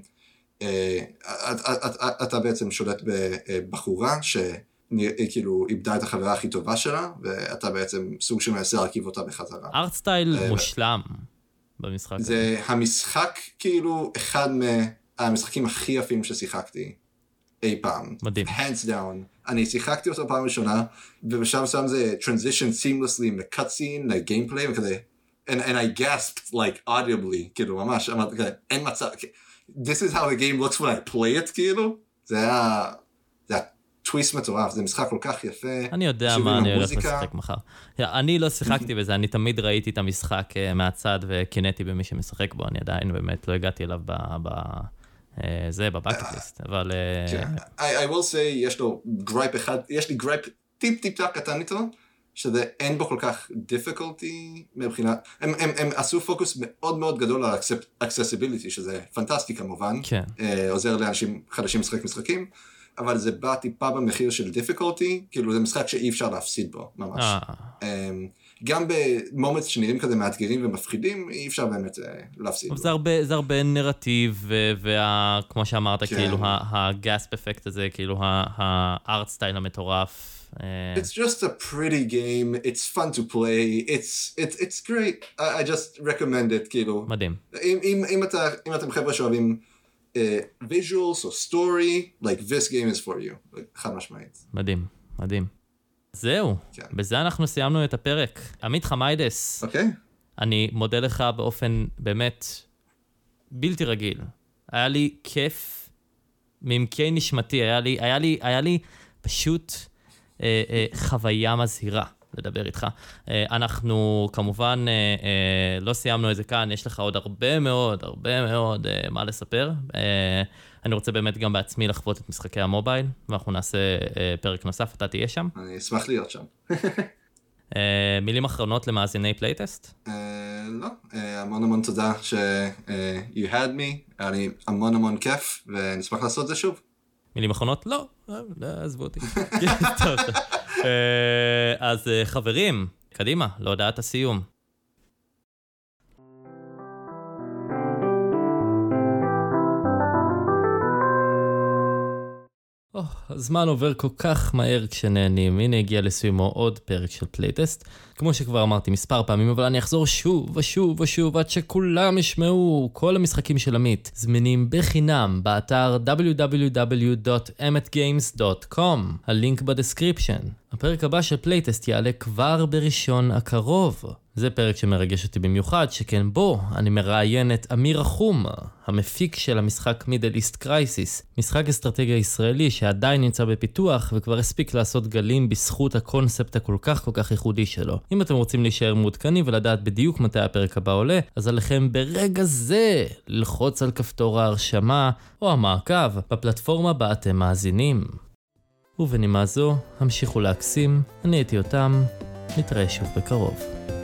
אתה בעצם שולט בבחורה שכאילו איבדה את החברה הכי טובה שלה, ואתה בעצם סוג שמנסה להרכיב אותה בחזרה. ארט סטייל מושלם במשחק הזה. זה המשחק כאילו אחד המשחקים הכי יפים ששיחקתי אי פעם. מדהים. Hands down. אני שיחקתי אותו פעם ראשונה, ובשלב מסוים זה transition seamlessly מ-cutscene ל-gameplay, וכזה, and I gasped like audibly, כאילו ממש, אמרתי כזה, אין מצב, this is how the game looks when I play it, כאילו, זה היה טוויסט מטורף, זה משחק כל כך יפה. אני יודע מה אני הולך לשחק מחר. אני לא שיחקתי בזה, אני תמיד ראיתי את המשחק מהצד וקינאתי במי שמשחק בו, אני עדיין באמת לא הגעתי אליו זה בבקט ליסט, אבל I will say, יש לו גרייפ אחד, יש לי גרייפ טיפ קטן איתו, שזה אין בו כל כך difficulty מבחינת, הם עשו פוקוס מאוד מאוד גדול על accessibility, שזה פנטסטי כמובן, עוזר לאנשים חדשים לשחק משחקים, אבל זה בא טיפה במחיר של difficulty, כאילו זה משחק שאי אפשר להפסיד בו, ממש. גם במומנטס שנראים כזה מאתגרים ומפחידים, אי אפשר באמת להפסיד בו. זה הרבה נרטיב, וכמו שאמרת, כאילו הגאספ אפקט הזה, כאילו הארט סטייל המטורף. It's just a pretty game, it's fun to play, it's great, I just recommend it, כאילו. מדהים. אם אתם חבר'ה שאוהבים visuals או story, like this game is for you, חד משמעית. מדהים, מדהים. זהו, בזה אנחנו סיימנו את הפרק. עמית חמיידס, אני מודה לך באופן באמת בלתי רגיל. היה לי כיף מעמקי נשמתי, היה לי פשוט חוויה מזהירה לדבר איתך. אנחנו כמובן לא סיימנו את זה כאן, יש לך עוד הרבה מאוד מה לספר. אני רוצה באמת גם בעצמי לחוות את משחקי המובייל, ואנחנו נעשה פרק נוסף, אתה תהיה שם. אני אשמח להיות שם. מילים אחרונות למאזיני פלייטסט? לא, המון תודה you had me, היה לי המון כיף, ונשמח לעשות זה שוב. מילים אחרונות? לא, עזבו אותי. אז חברים, קדימה, להודעת הסיום. הזמן עובר כל כך מהר כשנהנים. הנה הגיע לסיומו עוד פרק של פלייטסט. כמו שכבר אמרתי מספר פעמים, אבל אני אחזור שוב עד שכולם ישמעו. כל המשחקים של עמית זמינים בחינם באתר www.emetgames.com. הלינק בדסקריפשן. הפרק הבא של פלייטסט יעלה כבר בראשון הקרוב. זה פרק שמרגש אותי במיוחד, שכן בו אני מראיין את אמיר החום, המפיק של המשחק מידל איסט קרייסיס, משחק אסטרטגיה ישראלי שעדיין נמצא בפיתוח וכבר הספיק לעשות גלים בזכות הקונספט הכל כך ייחודי שלו. אם אתם רוצים להישאר מעודכנים ולדעת בדיוק מתי הפרק הבא עולה, אז עליכם ברגע זה ללחוץ על כפתור ההרשמה או המעקב בפלטפורמה בה אתם מאזינים. ובנימה זו, המשיכו להקסים, אני הייתי אותם, נתראה שוב בקרוב.